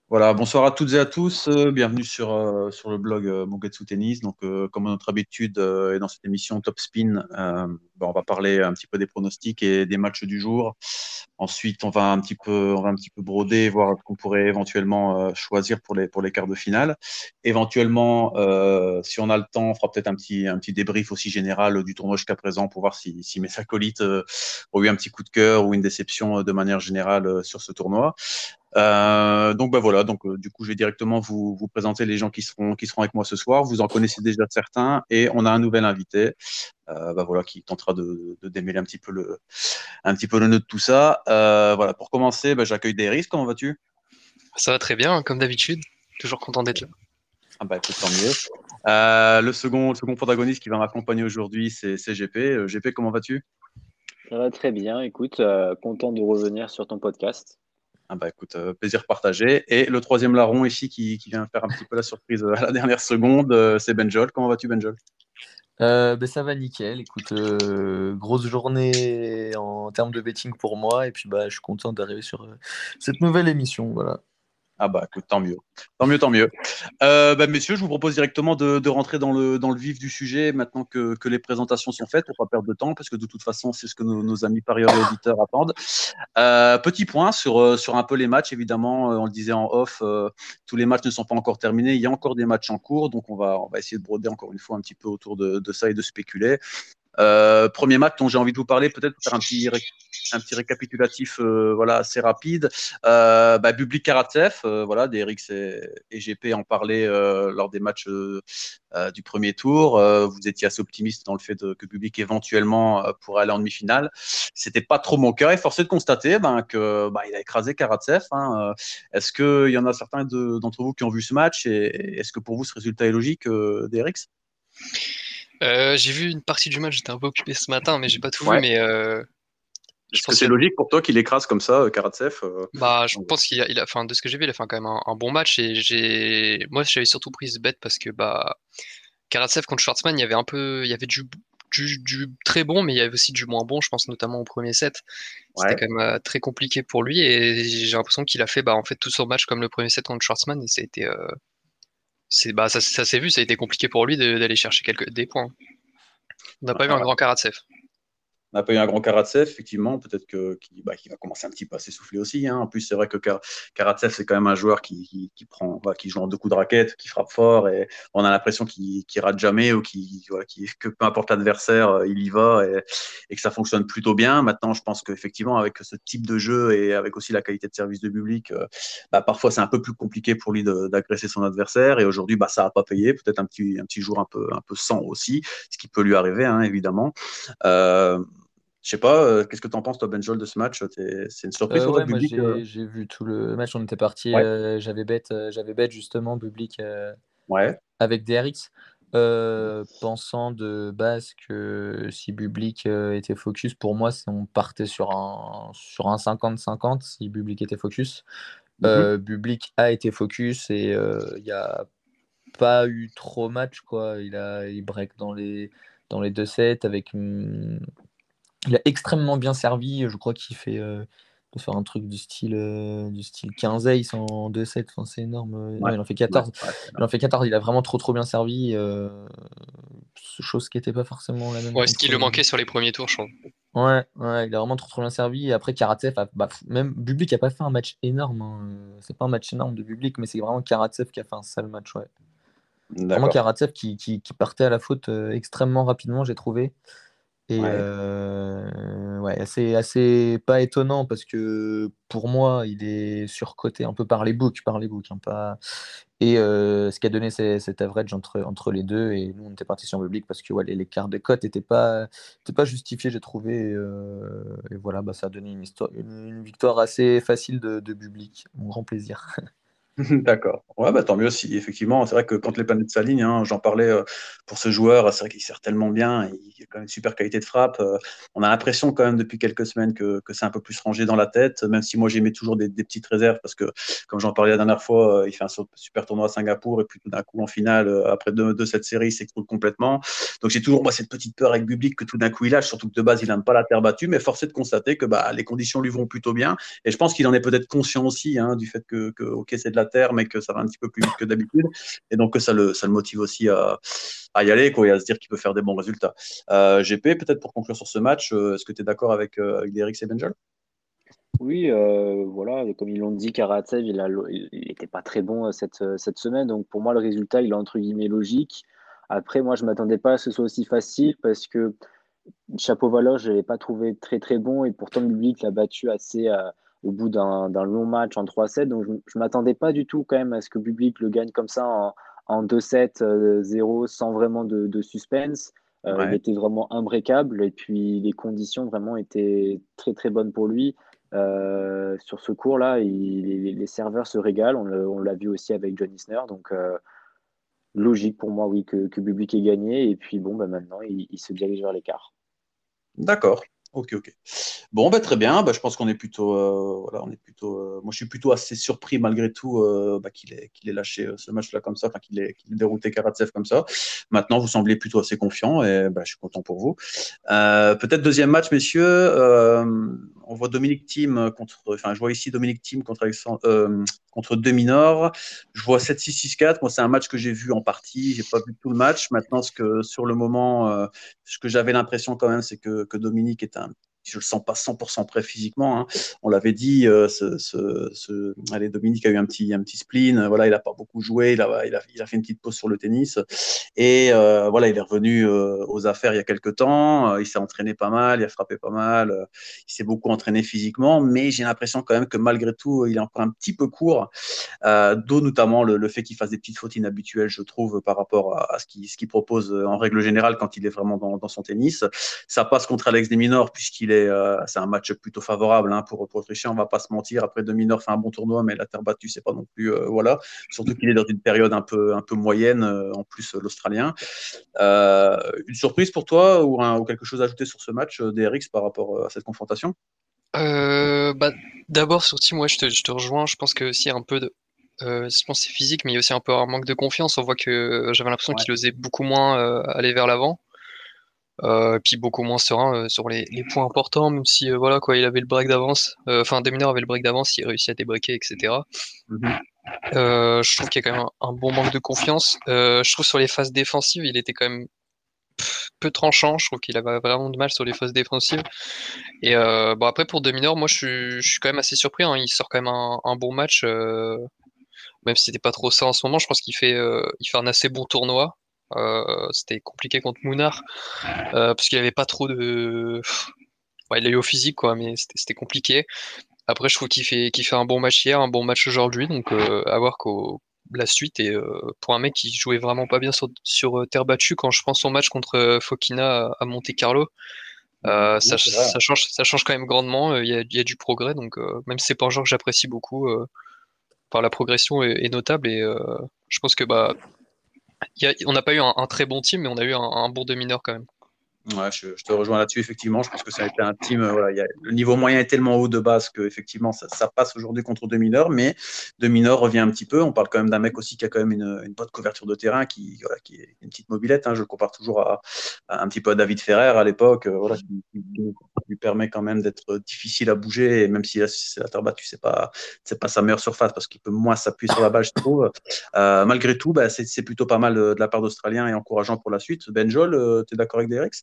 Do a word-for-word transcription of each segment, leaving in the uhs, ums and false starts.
Voilà, bonsoir à toutes et à tous. euh, bienvenue sur, euh, sur le blog euh, Mogetsu Tennis. Donc, euh, comme à notre habitude, euh, et dans cette émission Top Spin, euh, ben, on va parler un petit peu des pronostics et des matchs du jour. Ensuite, on va un petit peu, on va un petit peu broder, voir ce qu'on pourrait éventuellement euh, choisir pour les, pour les quarts de finale. Éventuellement, euh, si on a le temps, on fera peut-être un petit, un petit débrief aussi général du tournoi jusqu'à présent pour voir si, si mes acolytes euh, ont eu un petit coup de cœur ou une déception euh, de manière générale euh, sur ce tournoi. Euh, donc bah voilà, donc euh, du coup je vais directement vous, vous présenter les gens qui seront qui seront avec moi ce soir. Vous en connaissez déjà certains et on a un nouvel invité, euh, bah voilà, qui tentera de, de démêler un petit peu le un petit peu le nœud de tout ça. Euh, voilà, pour commencer, bah, j'accueille Dairis. Comment vas-tu? Ça va très bien, hein, comme d'habitude. Toujours content d'être là. Ah bah écoute, tant mieux. Euh, le second le second protagoniste qui va m'accompagner aujourd'hui, c'est c'est G P. Euh, G P, comment vas-tu? Ça va très bien. Écoute, euh, content de revenir sur ton podcast. Ah bah écoute, euh, plaisir partagé. Et le troisième larron ici qui, qui vient faire un petit peu la surprise euh, à la dernière seconde, euh, c'est Benjol. Comment vas-tu, Benjol? Euh, ben, ça va nickel. Écoute, euh, grosse journée en termes de betting pour moi. Et puis, bah, je suis content d'arriver sur euh, cette nouvelle émission. Voilà. Ah bah écoute, tant mieux. Tant mieux, tant mieux. Euh, bah, messieurs, je vous propose directement de, de rentrer dans le, dans le vif du sujet maintenant que, que les présentations sont faites pour pas perdre de temps, parce que de toute façon, c'est ce que nos, nos amis parieurs et auditeurs attendent. Euh, petit point sur, euh, sur un peu les matchs, évidemment, euh, on le disait en off, euh, tous les matchs ne sont pas encore terminés, il y a encore des matchs en cours, donc on va, on va essayer de broder encore une fois un petit peu autour de, de ça et de spéculer. Euh, premier match dont j'ai envie de vous parler, peut-être pour faire un petit, ré- un petit récapitulatif euh, voilà, assez rapide. Euh, bah, Bublik Karatsev, euh, voilà, des Eriks et, et G P en parlaient euh, lors des matchs euh, euh, du premier tour. Euh, vous étiez assez optimiste dans le fait de, que Bublik éventuellement euh, pourrait aller en demi-finale. C'était pas trop mon cas et forcé de constater ben, que bah, il a écrasé Karatsev. Hein. Est-ce qu'il y en a certains de, d'entre vous qui ont vu ce match et, et est-ce que pour vous ce résultat est logique euh, des Eriks? Euh, j'ai vu une partie du match, j'étais un peu occupé ce matin, mais j'ai pas tout vu. Ouais. Mais euh, je Est-ce que pense c'est qu'il a, logique pour toi qu'il écrase comme ça euh, Karatsev euh, bah, je en gros. pense qu'il a, il a, enfin, de ce que j'ai vu, il a fait quand même un, un bon match. Et j'ai, moi, j'avais surtout pris ce bet parce que bah, Karatsev contre Schwartzmann, il y avait un peu, il y avait du, du, du très bon, mais il y avait aussi du moins bon. Je pense notamment au premier set. C'était Ouais. quand même euh, très compliqué pour lui et j'ai l'impression qu'il a fait bah, en fait tout son match comme le premier set contre Schwartzmann et ça a été, euh, c'est, bah, ça, ça s'est vu, ça a été compliqué pour lui de- d'aller chercher quelques, des points. On n'a pas eu un Ouais. grand Karatsev. On n'a pas eu un grand Karatsev, effectivement. Peut-être que, qui, bah, qui va commencer un petit peu à s'essouffler aussi. Hein. En plus, c'est vrai que Kar- Karatsev, c'est quand même un joueur qui, qui, qui prend, bah, qui joue en deux coups de raquette, qui frappe fort. Et on a l'impression qu'il qu'il rate jamais ou qu'il, voilà, qu'il- que peu importe l'adversaire, euh, il y va et, et que ça fonctionne plutôt bien. Maintenant, je pense qu'effectivement, avec ce type de jeu et avec aussi la qualité de service de public, euh, bah, parfois c'est un peu plus compliqué pour lui de- d'agresser son adversaire. Et aujourd'hui, bah, ça n'a pas payé. Peut-être un petit, un petit jour un peu, un peu sans aussi, ce qui peut lui arriver, hein, évidemment. Euh, je sais pas, euh, qu'est-ce que tu en penses, toi, Benjol, de ce match? T'es- C'est une surprise Euh, pour toi ouais, que moi, Bublik euh, j'ai j'ai vu tout le match. On était parti. Ouais, euh, j'avais bet, euh, j'avais bet justement Public euh, ouais. avec D R X. euh, pensant de base que si Public euh, était focus, pour moi, si on partait sur un, sur un cinquante cinquante si Public était focus. Mhm. Euh, Bublik a été focus et euh, il n'y a pas eu trop match quoi. Il a il break dans les dans les deux sets avec hum, il a extrêmement bien servi. Je crois qu'il fait euh, de faire un truc du style euh, du style quinze aces en deux sets. Enfin, c'est énorme. Ouais, Non, il en fait ouais, quatorze. ouais, c'est Il énorme. en fait quatorze. Il a vraiment trop trop bien servi. Euh, chose qui n'était pas forcément la même Ouais, ce qui contre. le manquait sur les premiers tours, je trouve. Ouais, ouais, il a vraiment trop trop bien servi. Et après, Karatsev, a, bah, même Bublik a pas fait un match énorme. Hein. Euh, C'est pas un match énorme de Bublik, mais c'est vraiment Karatsev qui a fait un sale match. Ouais. Vraiment D'accord. Karatsev qui, qui, qui partait à la faute euh, extrêmement rapidement, j'ai trouvé. Et Ouais. euh, ouais, assez, assez pas étonnant parce que pour moi, il est surcoté un peu par les books, par les books, hein, pas... Et euh, ce qui a donné ces- cet average entre, entre les deux. Et nous, on était parti sur Public parce que ouais, les- l'écart de cote n'était pas, était pas justifié, j'ai trouvé. Et, euh, et voilà, bah, ça a donné une, histoire, une, une victoire assez facile de, de Public. Mon grand plaisir. D'accord. Ouais, bah, tant mieux si, effectivement. C'est vrai que quand les planètes s'alignent, hein, j'en parlais euh, pour ce joueur, c'est vrai qu'il sert tellement bien, il a quand même une super qualité de frappe. Euh, on a l'impression quand même depuis quelques semaines que, que c'est un peu plus rangé dans la tête, même si moi j'aimais toujours des, des petites réserves parce que, comme j'en parlais la dernière fois, euh, il fait un sur- super tournoi à Singapour et puis tout d'un coup en finale, euh, après deux de cette série, il s'écroule complètement. Donc j'ai toujours moi cette petite peur avec Bublik que tout d'un coup il lâche, surtout que de base il n'aime pas la terre battue, mais force est de constater que bah, les conditions lui vont plutôt bien. Et je pense qu'il en est peut-être conscient aussi hein, du fait que, que ok, c'est de la terre, mais que ça va un petit peu plus vite que d'habitude. Et donc, que ça le, ça le motive aussi à, à y aller, quoi, et à se dire qu'il peut faire des bons résultats. Euh, G P, peut-être pour conclure sur ce match, euh, est-ce que tu es d'accord avec, euh, avec Derrick et Benjol? Oui, euh, voilà, comme ils l'ont dit, Karatsev, il a, il n'était pas très bon euh, cette, euh, cette semaine. Donc pour moi, le résultat, il est entre guillemets logique. Après, moi, je ne m'attendais pas à ce que ce soit aussi facile parce que Chapovalov, je ne l'ai pas trouvé très très bon et pourtant le public l'a battu assez euh, au bout d'un d'un long match en trois sept. Donc je ne m'attendais pas du tout quand même à ce que le public le gagne comme ça en, en deux sept, euh, zéro, sans vraiment de, de suspense. Euh, il Ouais. était vraiment imbricable et puis les conditions vraiment étaient très très bonnes pour lui. Euh, sur ce cours-là, il- les, les serveurs se régalent. On le- on l'a vu aussi avec John Isner. Donc euh, logique pour moi, oui, que, que Bublik ait gagné. Et puis bon, bah, maintenant, il, il se dirige vers l'écart. D'accord. Ok, ok. Bon, bah, très bien. Bah, je pense qu'on est plutôt, euh, voilà, on est plutôt. euh, moi, je suis plutôt assez surpris malgré tout euh, bah, qu'il ait, qu'il ait lâché euh, ce match-là comme ça, enfin qu'il ait, qu'il ait dérouté Karatsev comme ça. Maintenant, vous semblez plutôt assez confiant et bah, je suis content pour vous. Euh, peut-être deuxième match, messieurs. Euh, on voit Dominique Thiem contre. Enfin, je vois ici Dominique Thiem contre Alexandre, euh, contre De Minaur. Je vois sept six six quatre. Moi, c'est un match que j'ai vu en partie. J'ai pas vu tout le match. Maintenant, ce que sur le moment, euh, ce que j'avais l'impression quand même, c'est que, que Dominique est un je le sens pas cent pour cent prêt physiquement. Hein. On l'avait dit, euh, ce, ce, ce... Allez, Dominique a eu un petit, un petit spleen. Voilà, il n'a pas beaucoup joué. Il a, il, a, il a fait une petite pause sur le tennis. Et euh, voilà, il est revenu euh, aux affaires il y a quelques temps. Euh, il s'est entraîné pas mal, il a frappé pas mal. Euh, il s'est beaucoup entraîné physiquement. Mais j'ai l'impression quand même que malgré tout, il est encore un petit peu court. Euh, D'où notamment le, le fait qu'il fasse des petites fautes inhabituelles, je trouve, par rapport à, à ce qu'il ce qu'il propose euh, en règle générale quand il est vraiment dans, dans son tennis. Ça passe contre Alex de Minaur puisqu'il est, euh, c'est un match plutôt favorable hein, pour, pour Autrichien. On va pas se mentir. Après, de Minaur fait un bon tournoi, mais la terre battue, c'est pas non plus euh, voilà. Surtout qu'il est dans une période un peu un peu moyenne. Euh, en plus, euh, l'Australien. Euh, une surprise pour toi ou, un, ou quelque chose à ajouter sur ce match euh, D R X par rapport à cette confrontation? Euh, bah, d'abord sur Team, ouais, je te, je te rejoins. Je pense que aussi un peu de, euh, je pense que c'est physique, mais il y a aussi un peu un manque de confiance. On voit que euh, j'avais l'impression Ouais. qu'il osait beaucoup moins euh, aller vers l'avant, euh, et puis beaucoup moins serein euh, sur les, les points importants, même si euh, voilà quoi, il avait le break d'avance. Euh, Enfin, Deminaur avait le break d'avance, il réussit à débreaker, et cetera. Mm-hmm. Euh, je trouve qu'il y a quand même un, un bon manque de confiance. Euh, je trouve sur les phases défensives, il était quand même peu tranchant. Je trouve qu'il avait vraiment de mal sur les phases défensives. Et euh, bon après pour Deminaur, moi je suis, je suis quand même assez surpris. Hein. Il sort quand même un, un bon match, euh, même si c'était pas trop ça en ce moment. Je pense qu'il fait, euh, il fait un assez bon tournoi. Euh, c'était compliqué contre Mounard euh, parce qu'il avait pas trop de. Ouais, il a eu au physique quoi, mais c'était c'était compliqué. Après, je trouve qu'il fait, qu'il fait un bon match hier, un bon match aujourd'hui, donc euh, à voir qu'au la suite. Et euh, pour un mec qui jouait vraiment pas bien sur, sur euh, terre battue, quand je pense son match contre euh, Fokina à, à Monte Carlo, Mm-hmm. euh, ça, Ouais, c'est vrai. ça change, ça change quand même grandement. Il y a, il y a du progrès, donc euh, même si c'est pas un joueur que j'apprécie beaucoup, euh, par la progression est, est notable. Et euh, je pense que bah, il y a- on n'a pas eu un, un très bon team, mais on a eu un, un bon demi-heure quand même. Ouais, je, je te rejoins là-dessus, effectivement. Je pense que ça a été un team. Euh, voilà, il y a, le niveau moyen est tellement haut de base que effectivement ça, ça passe aujourd'hui contre deux mineurs, mais deux mineurs revient un petit peu. On parle quand même d'un mec aussi qui a quand même une, une bonne couverture de terrain, qui, voilà, qui est une petite mobilette. Hein. Je le compare toujours à, à un petit peu à David Ferrer à l'époque, euh, voilà, qui, qui- qui lui permet quand même d'être difficile à bouger. Et même si là, c'est la terre battue, c'est pas, c'est pas sa meilleure surface parce qu'il peut moins s'appuyer sur la balle, je trouve. Euh, malgré tout, bah, c'est, c'est plutôt pas mal de, de la part d'Australiens et encourageant pour la suite. Benjol, euh, tu es d'accord avec Derek?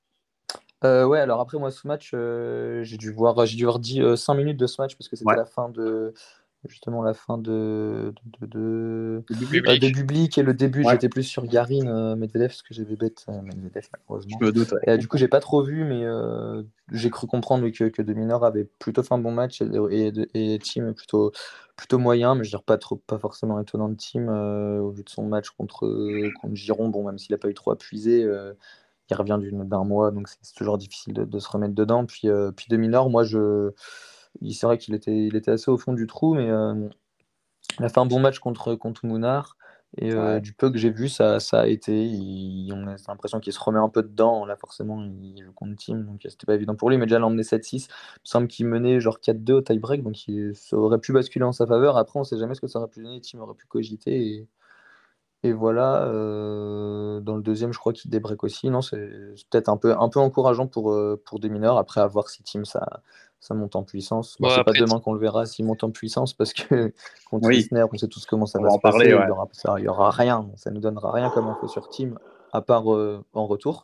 Euh, ouais, alors après, moi, ce match, euh, j'ai dû voir, j'ai dû voir dix, euh, cinq minutes de ce match parce que c'était Ouais. la fin de, justement, la fin de, de, de, Le public. euh, de Public. Bublik et le début, Ouais, j'étais plus sur Garin, euh, Medvedev parce que j'avais bête euh, Medvedev, je malheureusement. me doute. Et euh, Ouais. du coup, j'ai pas trop vu, mais euh, j'ai cru comprendre oui, que, que De Minaur avait plutôt fait un bon match et, et, et Team plutôt, plutôt moyen, mais je veux dire pas, trop, pas forcément étonnant de Team euh, au vu de son match contre, contre Giron, bon, même s'il a pas eu trop à puiser. Euh, il revient d'une- d'un mois, donc c'est c'est toujours difficile de, de se remettre dedans. Puis, euh, puis de Minor, moi, je, il- c'est vrai qu'il était, il était assez au fond du trou, mais euh, il a fait un bon match contre, contre Mounard. Et euh, Ouais. du peu que j'ai vu, ça, ça a été. Il- on a l'impression qu'il se remet un peu dedans. Là, forcément, il joue contre Team, donc c'était pas évident pour lui. Mais déjà, l'emmener sept six, il me semble qu'il menait genre quatre deux au tie-break, donc il, ça aurait pu basculer en sa faveur. Après, on sait jamais ce que ça aurait pu donner. Team aurait pu cogiter. Et voilà, euh, dans le deuxième, je crois qu'il débreak aussi. Non, c'est c'est peut-être un peu, un peu encourageant pour, euh, pour des mineurs. Après, à voir si Team ça, ça monte en puissance. Bon, Ouais, c'est pas après, demain qu'on le verra s'il monte en puissance parce que contre Oui, Isner, on sait tous comment ça on va va se en passer. parler, Il ouais. y aura, ça, il y aura rien. Ça nous donnera rien comme info sur Team, à part euh, en retour.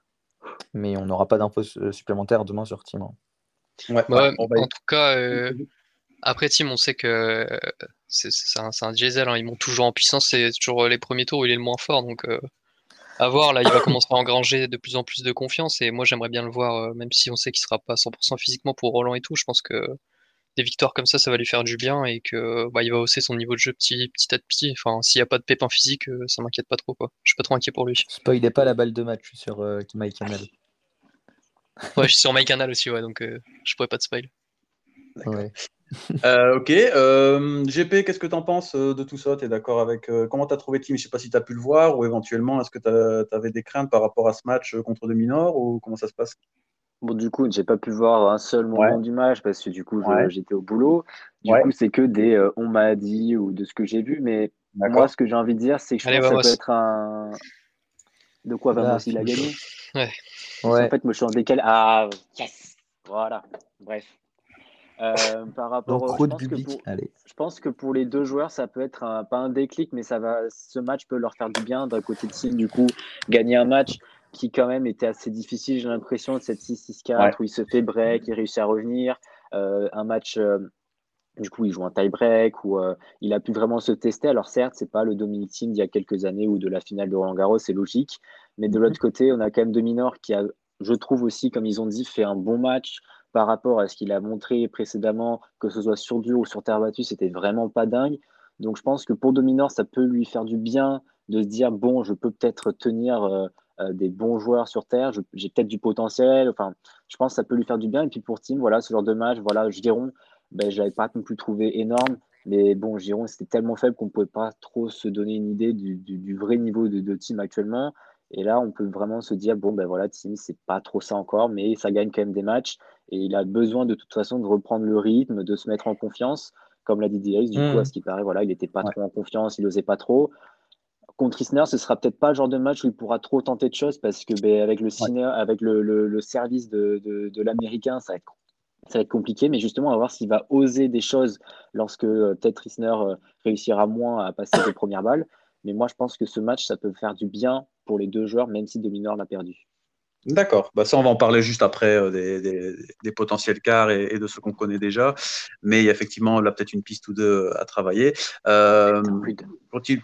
Mais on n'aura pas d'infos su- supplémentaires demain sur Team, hein. Ouais, bah ouais. ouais, On va en tout cas, euh, après Team, on sait que euh, c'est c'est un, c'est un diesel, hein, ils montent toujours en puissance, c'est toujours les premiers tours où il est le moins fort, donc euh, à voir, là, il va commencer à engranger de plus en plus de confiance, et moi j'aimerais bien le voir, euh, même si on sait qu'il sera pas cent pour cent physiquement pour Roland et tout, je pense que des victoires comme ça, ça va lui faire du bien, et que bah, il va hausser son niveau de jeu petit, petit à petit, enfin, s'il n'y a pas de pépin physique, euh, ça m'inquiète pas trop, quoi. Je suis pas trop inquiet pour lui. Spoilez pas la balle de match sur euh, Mike Canal. Ouais, je suis sur MyCanal aussi, ouais, donc euh, je pourrais pas te spoil. Ouais. Euh, ok. Euh, G P, qu'est-ce que tu en penses euh, de tout ça? Tu es d'accord avec euh, comment tu as trouvé Team? Je sais pas si tu as pu le voir ou éventuellement est-ce que tu avais des craintes par rapport à ce match euh, contre Dominor ou comment ça se passe? Bon, du coup, j'ai pas pu voir un seul Ouais, moment du match parce que du coup, je- ouais, j'étais au boulot. Du ouais, coup, c'est que des euh, on m'a dit ou de ce que j'ai vu. Mais moi, d'accord. ce que j'ai envie de dire, c'est que je Allez, pense que ça peut vamos. être un. De quoi va moi Là, aussi il a fini chaud. gagné? Ouais. Parce qu'en Ouais. fait, moi, je suis en décalé. Ah, yes! Voilà. Bref. Euh, par rapport Donc, au- je route pense que publique. pour, Allez. je pense que pour les deux joueurs, ça peut être un- pas un déclic, mais ça va, ce match peut leur faire du bien. D'un côté de Team, du coup, gagner un match qui quand même était assez difficile, j'ai l'impression, de cette six six Ouais, quatre où il se fait break, il réussit à revenir. Euh, un match, euh, du coup, il joue un tie-break où euh, il a pu vraiment se tester. Alors certes, c'est pas le Dominic Thiem d'il y a quelques années ou de la finale de Roland Garros, c'est logique. Mais de mhm, l'autre côté, on a quand même Dominor qui a, je trouve aussi, comme ils ont dit, fait un bon match par rapport à ce qu'il a montré précédemment, que ce soit sur dur ou sur terre battue, c'était vraiment pas dingue. Donc je pense que pour Dominor, ça peut lui faire du bien de se dire, bon, je peux peut-être tenir euh, euh, des bons joueurs sur terre, je- j'ai peut-être du potentiel. Enfin, je pense que ça peut lui faire du bien. Et puis pour Team, voilà, ce genre de match, voilà, Giron, ben, je l'avais pas non plus trouvé énorme. Mais bon, Giron, c'était tellement faible qu'on ne pouvait pas trop se donner une idée du, du- du vrai niveau de, de Team actuellement. Et là, on peut vraiment se dire, bon, ben voilà, Team, c'est pas trop ça encore, mais ça gagne quand même des matchs. Et il a besoin de toute façon de reprendre le rythme, de se mettre en confiance. Comme l'a dit Dirius, du coup, à Hmm. ce qui paraît, voilà, il n'était pas ouais. trop en confiance, il n'osait pas trop. Contre Isner, ce sera peut-être pas le genre de match où il pourra trop tenter de choses parce que ben, avec le, Ouais. ciné, avec le, le- le service de, de, de l'Américain, ça va être ça va être compliqué, mais justement, on va voir s'il va oser des choses lorsque euh, peut-être Risner euh, réussira moins à passer des premières balles. Mais moi, je pense que ce match, ça peut faire du bien pour les deux joueurs, même si Dominor l'a perdu. D'accord. Bah, ça, on va en parler juste après euh, des, des- des potentiels quarts et, et de ce qu'on connaît déjà. Mais il y a effectivement là peut-être une piste ou deux à travailler. Euh, Putain, rude. faut-il-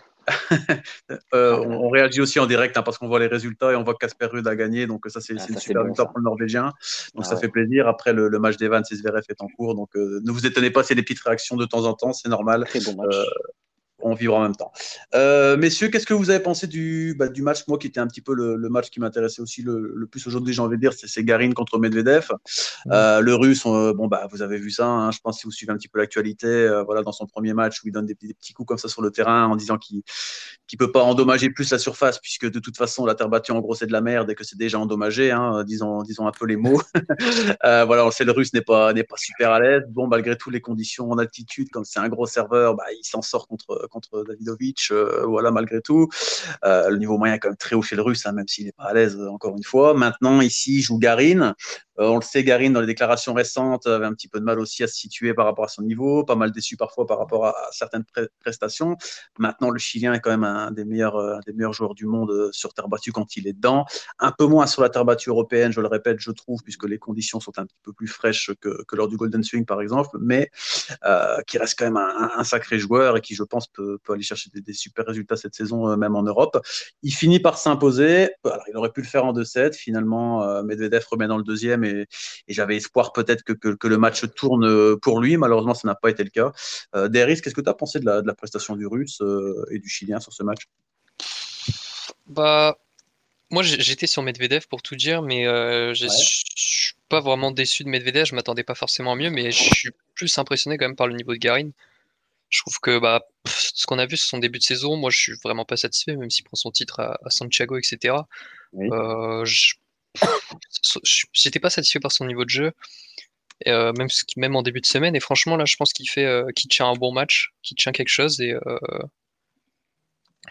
Euh, on, on réagit aussi en direct hein, parce qu'on voit les résultats et on voit que Casper Ruud a gagné. Donc ça, c'est Ah, c'est une ça, c'est super bon, victoire ça. pour le Norvégien. Donc Ah ça ouais, fait plaisir. Après, le, le match d'Evans et Zverev est en cours. Donc euh, ne vous étonnez pas, c'est des petites réactions de temps en temps. C'est normal. très bon Euh, match. on vivra en même temps. Euh, messieurs, qu'est-ce que vous avez pensé du, bah, du match, moi qui était un petit peu le, le match qui m'intéressait aussi le, le plus aujourd'hui, j'ai envie de dire, c'est, c'est Garin contre Medvedev. Hmm. Euh, le Russe, on, bon bah vous avez vu ça, hein, je pense si vous suivez un petit peu l'actualité, euh, voilà dans son premier match où il donne des, des, petits coups comme ça sur le terrain en disant qu'il ne peut pas endommager plus la surface puisque de toute façon la terre battue en gros c'est de la merde et que c'est déjà endommagé, hein, disons, disons un peu les mots. Euh, voilà, on sait le Russe n'est pas n'est pas super à l'aise. Bon, malgré tout, les conditions en altitude, comme c'est un gros serveur, bah, il s'en sort contre contre Davidovic. Euh, voilà, malgré tout, euh, le niveau moyen est quand même très haut chez le Russe, hein, même s'il n'est pas à l'aise. Encore une fois, maintenant ici il joue Garin. Euh, on le sait, Garin dans les déclarations récentes avait un petit peu de mal aussi à se situer par rapport à son niveau, pas mal déçu parfois par rapport à, à certaines pré- prestations. Maintenant, le Chilien est quand même un des meilleurs euh, un des meilleurs joueurs du monde euh, sur terre battue quand il est dedans. Un peu moins sur la terre battue européenne, je le répète, je trouve, puisque les conditions sont un petit peu plus fraîches que, que lors du Golden Swing, par exemple, mais euh, qui reste quand même un, un, sacré joueur et qui, je pense, peut, peut aller chercher des, des, super résultats cette saison, euh, même en Europe. Il finit par s'imposer. Alors, il aurait pu le faire en deux sept. Finalement, euh, Medvedev remet dans le deuxième et, et j'avais espoir peut-être que, que, que, le match tourne pour lui. Malheureusement, ça n'a pas été le cas. Euh, Deris, qu'est-ce que tu as pensé de la, de la prestation du Russe euh, et du Chilien sur ce match? Bah, moi j'ai- j'étais sur Medvedev pour tout dire, mais euh, je Ouais. suis pas vraiment déçu de Medvedev, je m'attendais pas forcément à mieux, mais je suis plus impressionné quand même par le niveau de Garin. Je trouve que bah, pff, ce qu'on a vu sur son début de saison, moi je suis vraiment pas satisfait, même s'il prend son titre à, à Santiago, et cetera. Oui. Euh, je- je- J'étais pas satisfait par son niveau de jeu, euh, même, ce qui- même en début de semaine, et franchement là je pense qu'il fait, euh, qu'il tient un bon match, qu'il tient quelque chose, et euh,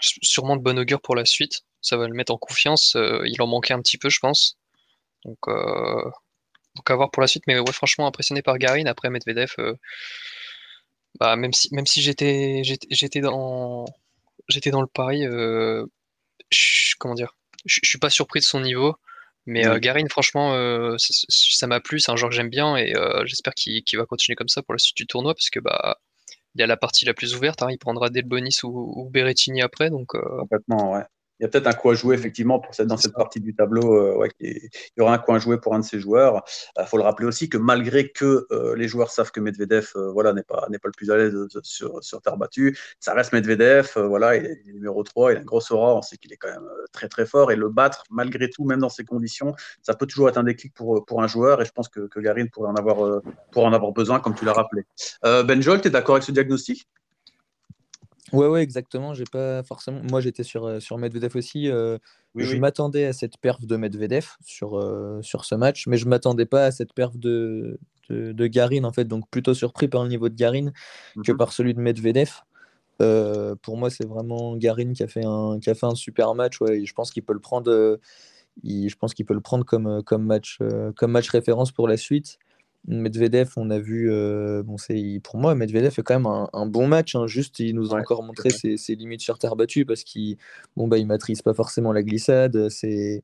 sûrement de bon augure pour la suite. Ça va le mettre en confiance. Euh, il en manquait un petit peu, je pense. Donc, euh, donc à voir pour la suite. Mais ouais, franchement, impressionné par Garin. Après Medvedev, euh, bah, même si, même si j'étais, j'étais, j'étais dans, j'étais dans le pari, euh, je- comment dire, je je suis pas surpris de son niveau. Mais euh, Ouais. Garin, franchement, euh, ça ça m'a plu. C'est un joueur que j'aime bien et euh, j'espère qu'il qu'il va continuer comme ça pour la suite du tournoi parce que bah, il y a la partie la plus ouverte. Hein. Il prendra Delbonis ou, ou Berrettini après. Donc, euh, Complètement, ouais. Il y a peut-être un coup à jouer, effectivement, pour cette, dans c'est cette ça. partie du tableau. Euh, ouais, qui est- il y aura un coup à jouer pour un de ces joueurs. Il faut le rappeler aussi que malgré que euh, les joueurs savent que Medvedev euh, voilà, n'est pas, n'est pas le plus à l'aise euh, sur, sur terre battue, ça reste Medvedev. Euh, voilà, il est numéro trois, il a une grosse aura. On sait qu'il est quand même euh, très, très fort. Et le battre, malgré tout, même dans ces conditions, ça peut toujours être un déclic pour, pour un joueur. Et je pense que, que Garin pourrait en avoir, euh, pourrait en avoir besoin, comme tu l'as rappelé. Euh, Benjol, tu es d'accord avec ce diagnostic? Ouais, ouais, exactement. J'ai pas forcément. Moi, j'étais sur, euh, sur Medvedev aussi. euh, Oui, je oui. m'attendais à cette perf de Medvedev sur, euh, sur ce match, mais je m'attendais pas à cette perf de, de, de Garin, en fait. Donc, plutôt surpris par le niveau de Garin que Mhm. par celui de Medvedev. Euh, pour moi, c'est vraiment Garin qui a fait un, qui a fait un super match. Ouais, et je pense qu'il peut le prendre, euh, il- je pense qu'il peut le prendre comme, euh, comme match, euh, comme match référence pour la suite. Medvedev, on a vu, euh, bon, c'est, pour moi, Medvedev fait quand même un, un bon match. Hein. Juste, il nous a Ouais, encore tout à montré fait. ses, ses limites sur terre battue parce qu'il bon, bah, il maîtrise pas forcément la glissade. Ses,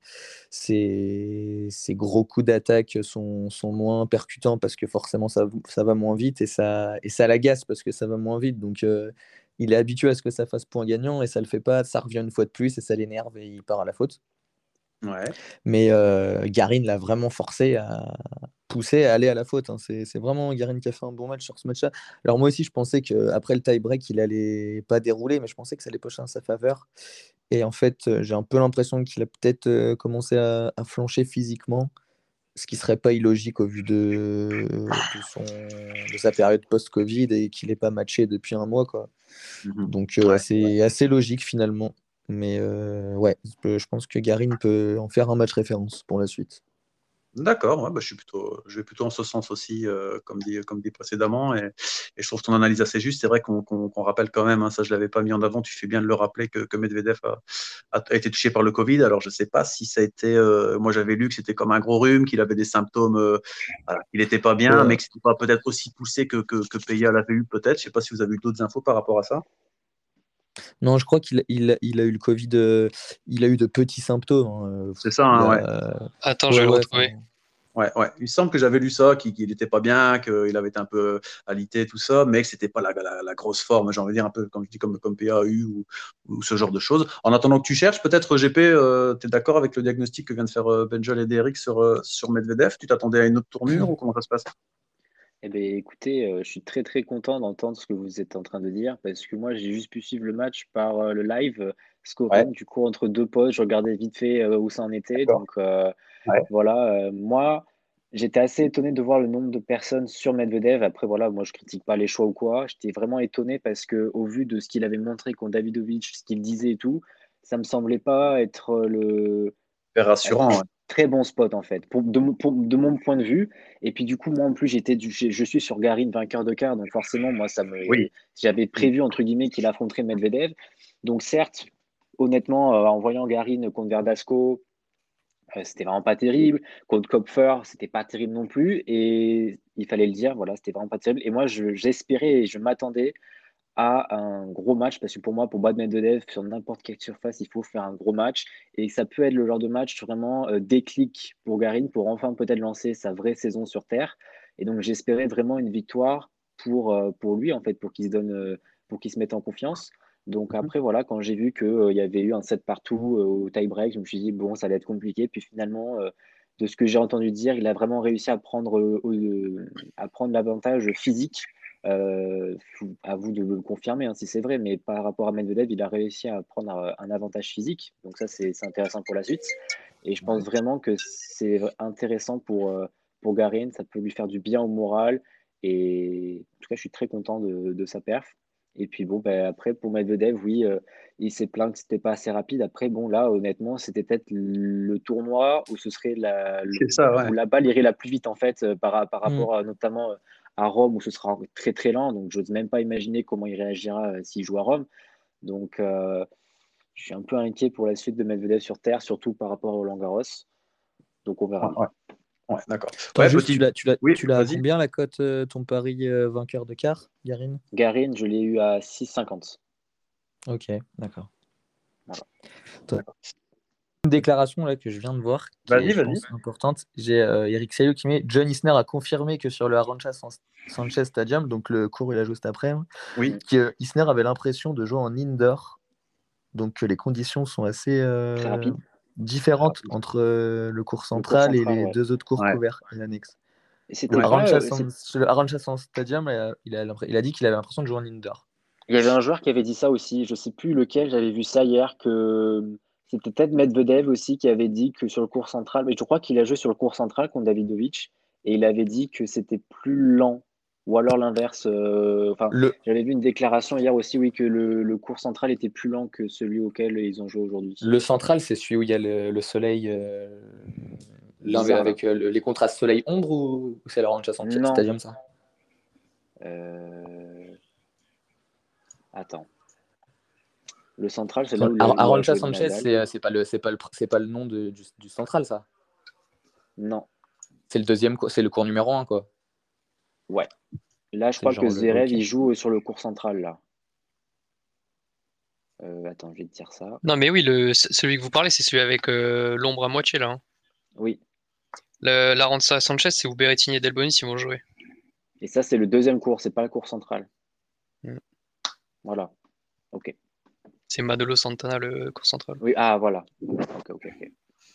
ses, ses gros coups d'attaque sont, sont moins percutants parce que forcément, ça, ça va moins vite et ça, et ça l'agace parce que ça va moins vite. Donc, euh, il est habitué à ce que ça fasse point gagnant et ça le fait pas. Ça revient une fois de plus et ça l'énerve et il part à la faute. Ouais. Mais euh, Garin l'a vraiment forcé à pousser à aller à la faute. Hein. C'est, c'est vraiment Garin qui a fait un bon match sur ce match-là. Alors moi aussi, je pensais qu'après le tie-break, il allait pas dérouler, mais je pensais que ça allait pencher en sa faveur. Et en fait, euh, j'ai un peu l'impression qu'il a peut-être euh, commencé à, à flancher physiquement, ce qui serait pas illogique au vu de, de, son, de sa période post-Covid et qu'il n'est pas matché depuis un mois, quoi. Mhm. Donc euh, Ouais. assez, assez logique finalement. Mais euh, ouais, je pense que Garin peut en faire un match référence pour la suite. D'accord, ouais, bah, je suis plutôt, je vais plutôt en ce sens aussi, euh, comme dit, comme dit précédemment, et, et je trouve ton analyse assez juste. C'est vrai qu'on qu'on- qu'on rappelle quand même, hein, ça je l'avais pas mis en avant, tu fais bien de le rappeler que, que Medvedev a, a- a été touché par le Covid. Alors je sais pas si ça a été, euh, moi j'avais lu que c'était comme un gros rhume, qu'il avait des symptômes, euh, voilà, qu'il n'était pas bien, Ouais. mais que c'était pas peut-être aussi poussé que que, que Peya l'avait eu peut-être. Je sais pas si vous avez eu d'autres infos par rapport à ça. Non, je crois qu'il il, il a eu le Covid, euh, il a eu de petits symptômes. Hein, euh, C'est ça, il hein, ouais. a... Attends, je Ouais, vais le ouais, retrouver. enfin, Ouais, ouais. Il me semble que j'avais lu ça, qu'il qu'il était pas bien, qu'il avait été un peu alité, tout ça, mais que c'était pas la, la, la grosse forme, j'ai envie de dire un peu comme je dis comme, comme P A U ou, ou ce genre de choses. En attendant que tu cherches, peut-être G P, euh, tu es d'accord avec le diagnostic que vient de faire euh, Benjol et Derek sur, euh, sur Medvedev? Tu t'attendais à une autre tournure ou comment ça se passe? Eh bien, écoutez, euh, je suis très très content d'entendre ce que vous êtes en train de dire parce que moi j'ai juste pu suivre le match par euh, le live euh, Ouais, scoring. Du coup, entre deux pauses, je regardais vite fait euh, où ça en était. d'accord. Donc euh, Ouais. voilà, euh, moi j'étais assez étonné de voir le nombre de personnes sur Medvedev. Après, voilà, moi je critique pas les choix ou quoi. J'étais vraiment étonné parce que au vu de ce qu'il avait montré contre Davidovic, ce qu'il disait et tout, ça me semblait pas être le Super un rassurant. Ouais. très bon spot en fait, pour, de, mon- pour- de mon point de vue. Et puis du coup, moi en plus, j'étais du, je je suis sur Garin, vainqueur de quart, donc forcément, moi, ça me, Oui. j'avais prévu entre guillemets qu'il affronterait Medvedev. Donc certes, honnêtement, euh, en voyant Garin contre Verdasco, euh, c'était vraiment pas terrible. Contre Kopfer, c'était pas terrible non plus. Et il fallait le dire, voilà, c'était vraiment pas terrible. Et moi, je- j'espérais et je m'attendais à un gros match, parce que pour moi, pour battre Medvedev sur n'importe quelle surface, il faut faire un gros match. Et ça peut être le genre de match vraiment euh, déclic pour Garin, pour enfin peut-être lancer sa vraie saison sur Terre. Et donc j'espérais vraiment une victoire pour, euh, pour lui, en fait, pour qu'il se donne, euh, pour qu'il se mette en confiance. Donc Mhm. après, voilà, quand j'ai vu qu'il euh, y avait eu un set partout euh, au tie-break, je me suis dit, bon, ça allait être compliqué. Puis finalement, euh, de ce que j'ai entendu dire, il a vraiment réussi à prendre, euh, euh, à prendre l'avantage physique. Euh, à vous de le confirmer hein, si c'est vrai, mais par rapport à Medvedev, il a réussi à prendre un, un avantage physique. Donc ça, c'est c'est intéressant pour la suite. Et je pense Ouais. vraiment que c'est intéressant pour, euh, pour Garin. Ça peut lui faire du bien au moral. Et en tout cas, je suis très content de, de sa perf. Et puis bon, ben, après, pour Medvedev, oui, euh, il s'est plaint que c'était pas assez rapide. Après, bon, là, honnêtement, c'était peut-être le tournoi où ce serait la, C'est ça, ouais. où la balle irait la plus vite, en fait, euh, par, par hmm. rapport à notamment à Rome où ce sera très très lent. Donc, j'ose même pas imaginer comment il réagira euh, s'il joue à Rome. Donc, euh, je suis un peu inquiet pour la suite de Medvedev sur terre, surtout par rapport au Roland Garros. Donc on verra. Ouais, ouais, d'accord. Attends, Ouais, juste, petit. tu l'as, tu l'as, Oui, tu l'as à vas-y. combien la cote, euh, ton pari euh, vainqueur de quart, Garin? Garin, je l'ai eu à six cinquante. Ok, d'accord. Voilà. Attends, une déclaration là que je viens de voir qui Vas-y, est, je vas-y. pense, importante. J'ai euh, Eric Salio qui met John Isner a confirmé que sur le Arantxa San- Sanchez Stadium, donc le cours il a joué cet après-midi, Oui. que Isner avait l'impression de jouer en indoor, donc que les conditions sont assez euh, Très rapide. différentes Rapide. entre euh, le cours Le cours central et central, les ouais. deux autres cours Ouais. couverts et l'annexe. Et c'était Ouais. pas. Arantxa euh, San- c'est- sur le Arantxa San Stadium, euh, il a, l'impr- il a dit qu'il avait l'impression de jouer en indoor. Il y avait un joueur qui avait dit ça aussi. Je sais plus lequel. J'avais vu ça hier que c'était peut-être Medvedev aussi qui avait dit que sur le cours central. Mais je crois qu'il a joué sur le cours central contre Davidovic et il avait dit que c'était plus lent. Ou alors l'inverse. euh, Enfin, Le, j'avais vu une déclaration hier aussi, oui, que le, le cours central était plus lent que celui auquel ils ont joué aujourd'hui. le central, c'est celui où il y a le, le soleil, euh, l'un Bizarre, avec euh, le- les contrastes soleil-ombre, ou, ou c'est l'Arantxa San- Non. Stadium, ça? Euh, Attends. Le central, c'est là Attends, où, le- Ar- où a Arantxa joué Sanchez, Nadal. c'est euh, c'est pas le, c'est pas le, pr- c'est pas le nom de- du, du central, ça. Non. C'est le deuxième, cours- c'est le cours numéro un, quoi. Ouais. Là, je C'est crois que genre le. Zverev, Ok. il joue sur le cours central, là. Euh, attends, je vais te dire ça. Non, mais oui, le, c- celui que vous parlez, c'est celui avec euh, l'ombre à moitié, là. hein. Oui. Le, l'Arantxa Sanchez, c'est où Berrettini et Delbonis ils vont jouer. Et ça, c'est le deuxième cours, c'est pas le cours central. Mm. Voilà. Ok. C'est Manolo Santana, le cours central. Oui, ah, voilà. Ok, ok, ok.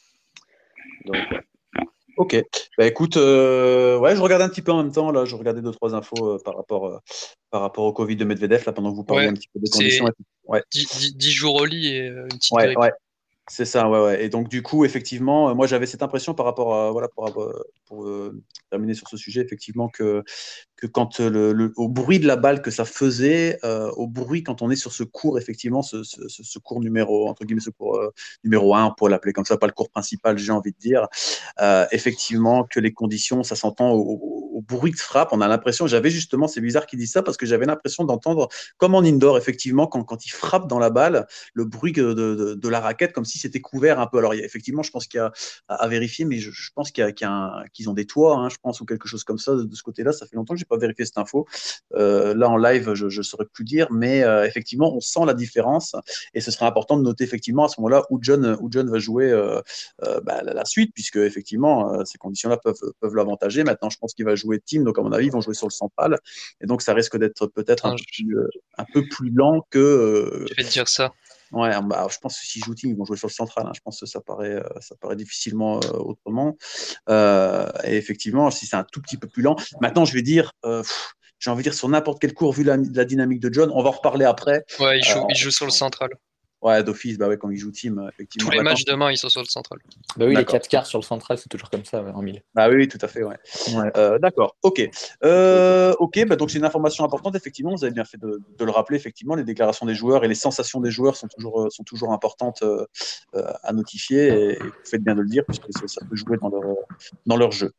Donc, ouais. Ok. Bah écoute, euh, ouais, je regardais un petit peu en même temps. Là, je regardais deux trois infos euh, par rapport euh, par rapport au Covid de Medvedev là pendant que vous parliez Ouais, un petit peu des c'est conditions. Ouais, dix jours au lit et euh, une petite ouais, grippe. ouais. C'est ça, ouais, ouais. Et donc, du coup, effectivement, euh, moi, j'avais cette impression par rapport à, voilà, pour, avoir- pour euh, terminer sur ce sujet, effectivement, que, que quand euh, le, le- au bruit de la balle que ça faisait, euh, au bruit quand on est sur ce cours, effectivement, ce, ce, ce- ce cours numéro, entre guillemets, ce cours euh, numéro un, on pourrait l'appeler comme ça, pas le cours principal, j'ai envie de dire, euh, effectivement, que les conditions, ça s'entend au, au- au bruit de frappe. On a l'impression, j'avais justement, c'est bizarre qu'ils disent ça, parce que j'avais l'impression d'entendre, comme en indoor, effectivement, quand, quand il frappe dans la balle, le bruit de, de, de la raquette, comme si c'était couvert un peu. Alors, il y a, effectivement, je pense qu'il y a à, à vérifier, mais je, je pense qu'il y a, qu'il y a un, qu'ils ont des toits, hein, je pense, ou quelque chose comme ça de, de ce côté-là. Ça fait longtemps que je n'ai pas vérifié cette info. Euh, là, en live, je ne saurais plus dire, mais euh, effectivement, on sent la différence. Et ce serait important de noter, effectivement, à ce moment-là, où John, où John va jouer euh, euh, bah, la, la suite, puisque, effectivement, euh, ces conditions-là peuvent, peuvent l'avantager. Maintenant, je pense qu'il va jouer team, donc, à mon avis, ils vont jouer sur le central. Et donc, ça risque d'être peut-être un, Putain, peu je, plus, euh, un peu plus lent que. Euh, je vais te dire ça. Ouais, bah, je pense que s'ils jouent team, ils vont jouer sur le central. Hein. Je pense que ça paraît, euh, ça paraît difficilement euh, autrement. Euh, et effectivement, si c'est un tout petit peu plus lent. Maintenant, je vais dire, euh, pff, j'ai envie de dire sur n'importe quel cours, vu la, la dynamique de John, on va en reparler après. Ouais, il Euh, joue, il joue sur le central. ouais, d'office, bah ouais, quand il joue team, euh, Tous effectivement. les Maintenant, matchs demain, ils sont sur le central. Bah oui, les d'accord. quatre quarts sur le central, c'est toujours comme ça, ouais, en mille. Bah oui, oui, tout à fait, ouais. Ouais. Euh, d'accord, ok. Euh, ok, bah donc c'est une information importante, effectivement, vous avez bien fait de, de le rappeler, effectivement, les déclarations des joueurs et les sensations des joueurs sont toujours, euh, sont toujours importantes euh, euh, à notifier, et vous faites bien de le dire, puisque ça, ça peut jouer dans leur, dans leur jeu.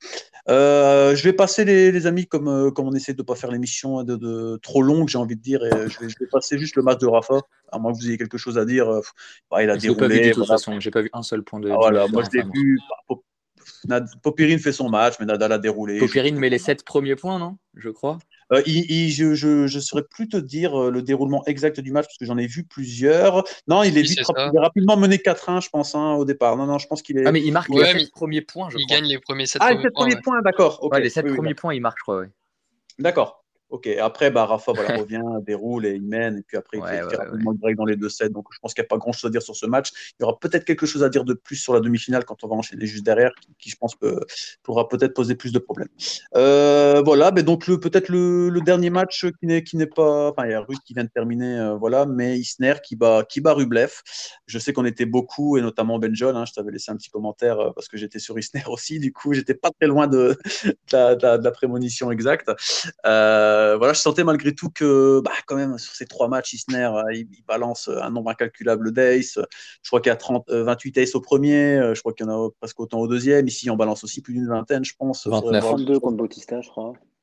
Euh, je vais passer, les, les amis, comme, euh, comme on essaie de ne pas faire l'émission de, de trop longue, j'ai envie de dire, et je vais, je vais passer juste le match de Rafa, à moins que vous ayez quelque chose à dire. Euh, bah, il a Je l'ai pas vu du déroulé, tout, de toute voilà. façon. J'ai pas vu un seul point de, Ah, du voilà, match de moi je l'ai Rafa. moi. vu. bah, Pop- Nad- Popirine fait son match, mais Nadal a déroulé. il joue Popirine plutôt met les pas mal. sept premiers points, non? Je crois. Euh, il- il- je, je, je saurais plus te dire euh, le déroulement exact du match parce que j'en ai vu plusieurs. Non, il est Oui, vite, c'est rap- ça. il est rapidement mené quatre un, je pense, hein, au départ. Non, non, je pense qu'il Ah, est. mais il marque il les est- Ouais, sept mais premiers points, je il crois. gagne les premiers sept Ah, les premiers sept points. premiers Ouais. points, d'accord. Ok. Ouais, les sept Oui, oui, premiers points, il marque, je crois, ouais. d'accord. Ok, après, bah, Rafa voilà, revient, déroule et il mène. Et puis après, il fait, Ouais, il ouais, fait ouais, rapidement ouais. le break dans les deux sets. Donc, je pense qu'il n'y a pas grand-chose à dire sur ce match. Il y aura peut-être quelque chose à dire de plus sur la demi-finale quand on va enchaîner juste derrière, qui, qui, je pense, peut, pourra peut-être poser plus de problèmes. Euh, voilà, mais donc le, peut-être le, le dernier match qui n'est, qui n'est pas. Enfin, il y a Ruth qui vient de terminer, euh, voilà, mais Isner qui bat, qui bat Rublev. Je sais qu'on était beaucoup, et notamment Benjol. Hein, je t'avais laissé un petit commentaire euh, parce que j'étais sur Isner aussi. Du coup, j'étais pas très loin de, de, la, de, la, de la prémonition exacte. Euh, voilà, je sentais malgré tout que, bah, quand même, sur ces trois matchs, Isner, euh, il, il balance un nombre incalculable d'ace. Je crois qu'il y a trente, euh, vingt-huit aces au premier. euh, Je crois qu'il y en a presque autant au deuxième. Ici, on balance aussi plus d'une vingtaine, je pense. Faudrait vingt-neuf. voir. trente-deux contre Bautista, je crois.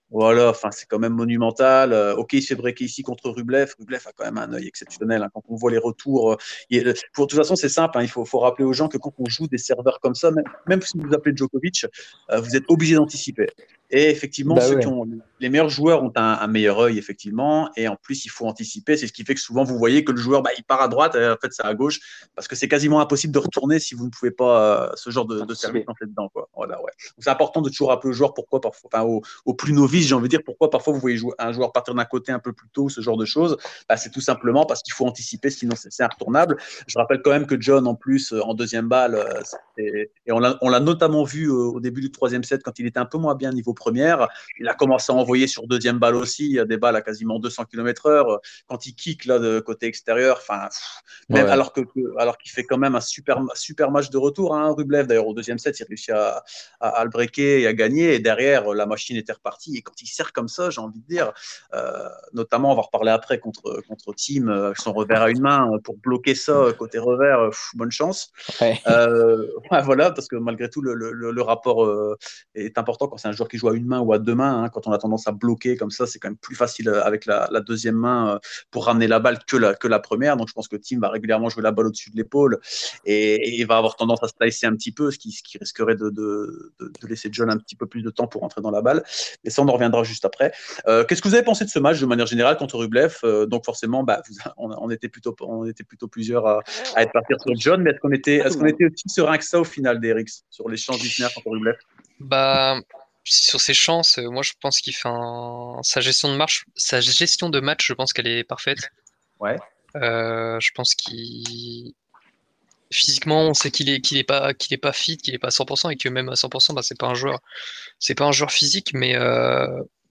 Voilà, enfin, c'est quand même monumental. Euh, ok, il se fait breaker ici contre Rublev. Rublev a quand même un œil exceptionnel, hein. Quand on voit les retours, euh, il- pour de toute façon, c'est simple, hein. Il faut, faut rappeler aux gens que quand on joue des serveurs comme ça, même, même si vous appelez Djokovic, euh, vous êtes obligé d'anticiper. Et effectivement, Bah ceux qui ouais. ont les meilleurs joueurs ont un, un meilleur œil, effectivement. Et en plus, il faut anticiper. C'est ce qui fait que souvent, vous voyez que le joueur, bah, il part à droite, et en fait, c'est à gauche, parce que c'est quasiment impossible de retourner si vous ne pouvez pas euh, ce genre de, de service Anticiper. lancer dedans, quoi. Voilà, ouais. Donc, c'est important de toujours rappeler aux joueurs pourquoi, parfois, enfin, aux, aux plus novices, j'ai envie de dire, pourquoi parfois vous voyez jouer, un joueur partir d'un côté un peu plus tôt, ce genre de choses. Bah, c'est tout simplement parce qu'il faut anticiper, sinon c'est, c'est inretournable. Je rappelle quand même que John, en plus, euh, en deuxième balle, euh, et on l'a, on l'a notamment vu euh, au début du troisième set, quand il était un peu moins bien niveau première, il a commencé à envoyer sur deuxième balle aussi, il y a des balles à quasiment deux cents kilomètres heure, quand il kick là, de côté extérieur, enfin, même Ouais. alors, que, que, alors qu'il fait quand même un super, super match de retour, hein, Rublev, d'ailleurs, au deuxième set, il réussit à, à, à le breaker et à gagner, et derrière, la machine était repartie, et quand il sert comme ça, j'ai envie de dire, euh, notamment, on va reparler après contre, contre Team, euh, son revers à une main, pour bloquer ça côté revers, pff, bonne chance. Ouais. Euh, voilà, parce que malgré tout, le, le, le rapport euh, est important quand c'est un joueur qui joue à une main ou à deux mains. Hein, quand on a tendance à bloquer comme ça, c'est quand même plus facile avec la, la deuxième main euh, pour ramener la balle que la, que la première. Donc je pense que Team va régulièrement jouer la balle au-dessus de l'épaule et, et il va avoir tendance à se slicer un petit peu, ce qui, ce qui risquerait de, de, de, de laisser John un petit peu plus de temps pour entrer dans la balle. Mais ça, on en reviendra juste après. Euh, qu'est-ce que vous avez pensé de ce match de manière générale contre Rublev? euh, Donc forcément, bah, vous, on, on, était plutôt, on était plutôt plusieurs à, à être partis sur John, mais est-ce qu'on était, est-ce qu'on était aussi serein que ça au final, d'Eric, sur les chances d'Isner contre Rublev? Bah, sur ses chances, euh, moi je pense qu'il fait un... sa gestion de match, sa gestion de match, je pense qu'elle est parfaite. Ouais. Euh, je pense qu'il physiquement, on sait qu'il est qu'il est pas qu'il est pas fit, qu'il est pas à cent pour cent et que même à cent pour cent, bah, c'est pas un joueur, c'est pas un joueur physique, mais euh,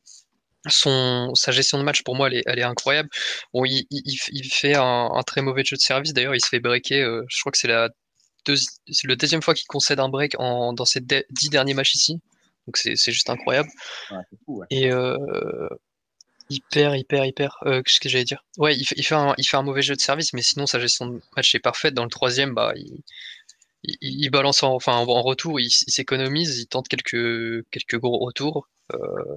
son sa gestion de match pour moi elle est, elle est incroyable. Bon, il, il, il fait un, un très mauvais jeu de service. D'ailleurs, il se fait breaker. Euh, je crois que c'est la deuxi- c'est le deuxième fois qu'il concède un break en, dans ces de- dix derniers matchs ici. Donc c'est c'est juste incroyable. Ouais, c'est fou, ouais. Et euh, hyper, hyper, hyper. Euh, qu'est-ce que j'allais dire? Ouais, il fait, il, fait un, il fait un mauvais jeu de service, mais sinon sa gestion de match est parfaite. Dans le troisième, bah, il, il, il balance en, enfin, en retour, il, il s'économise, il tente quelques, quelques gros retours. Euh,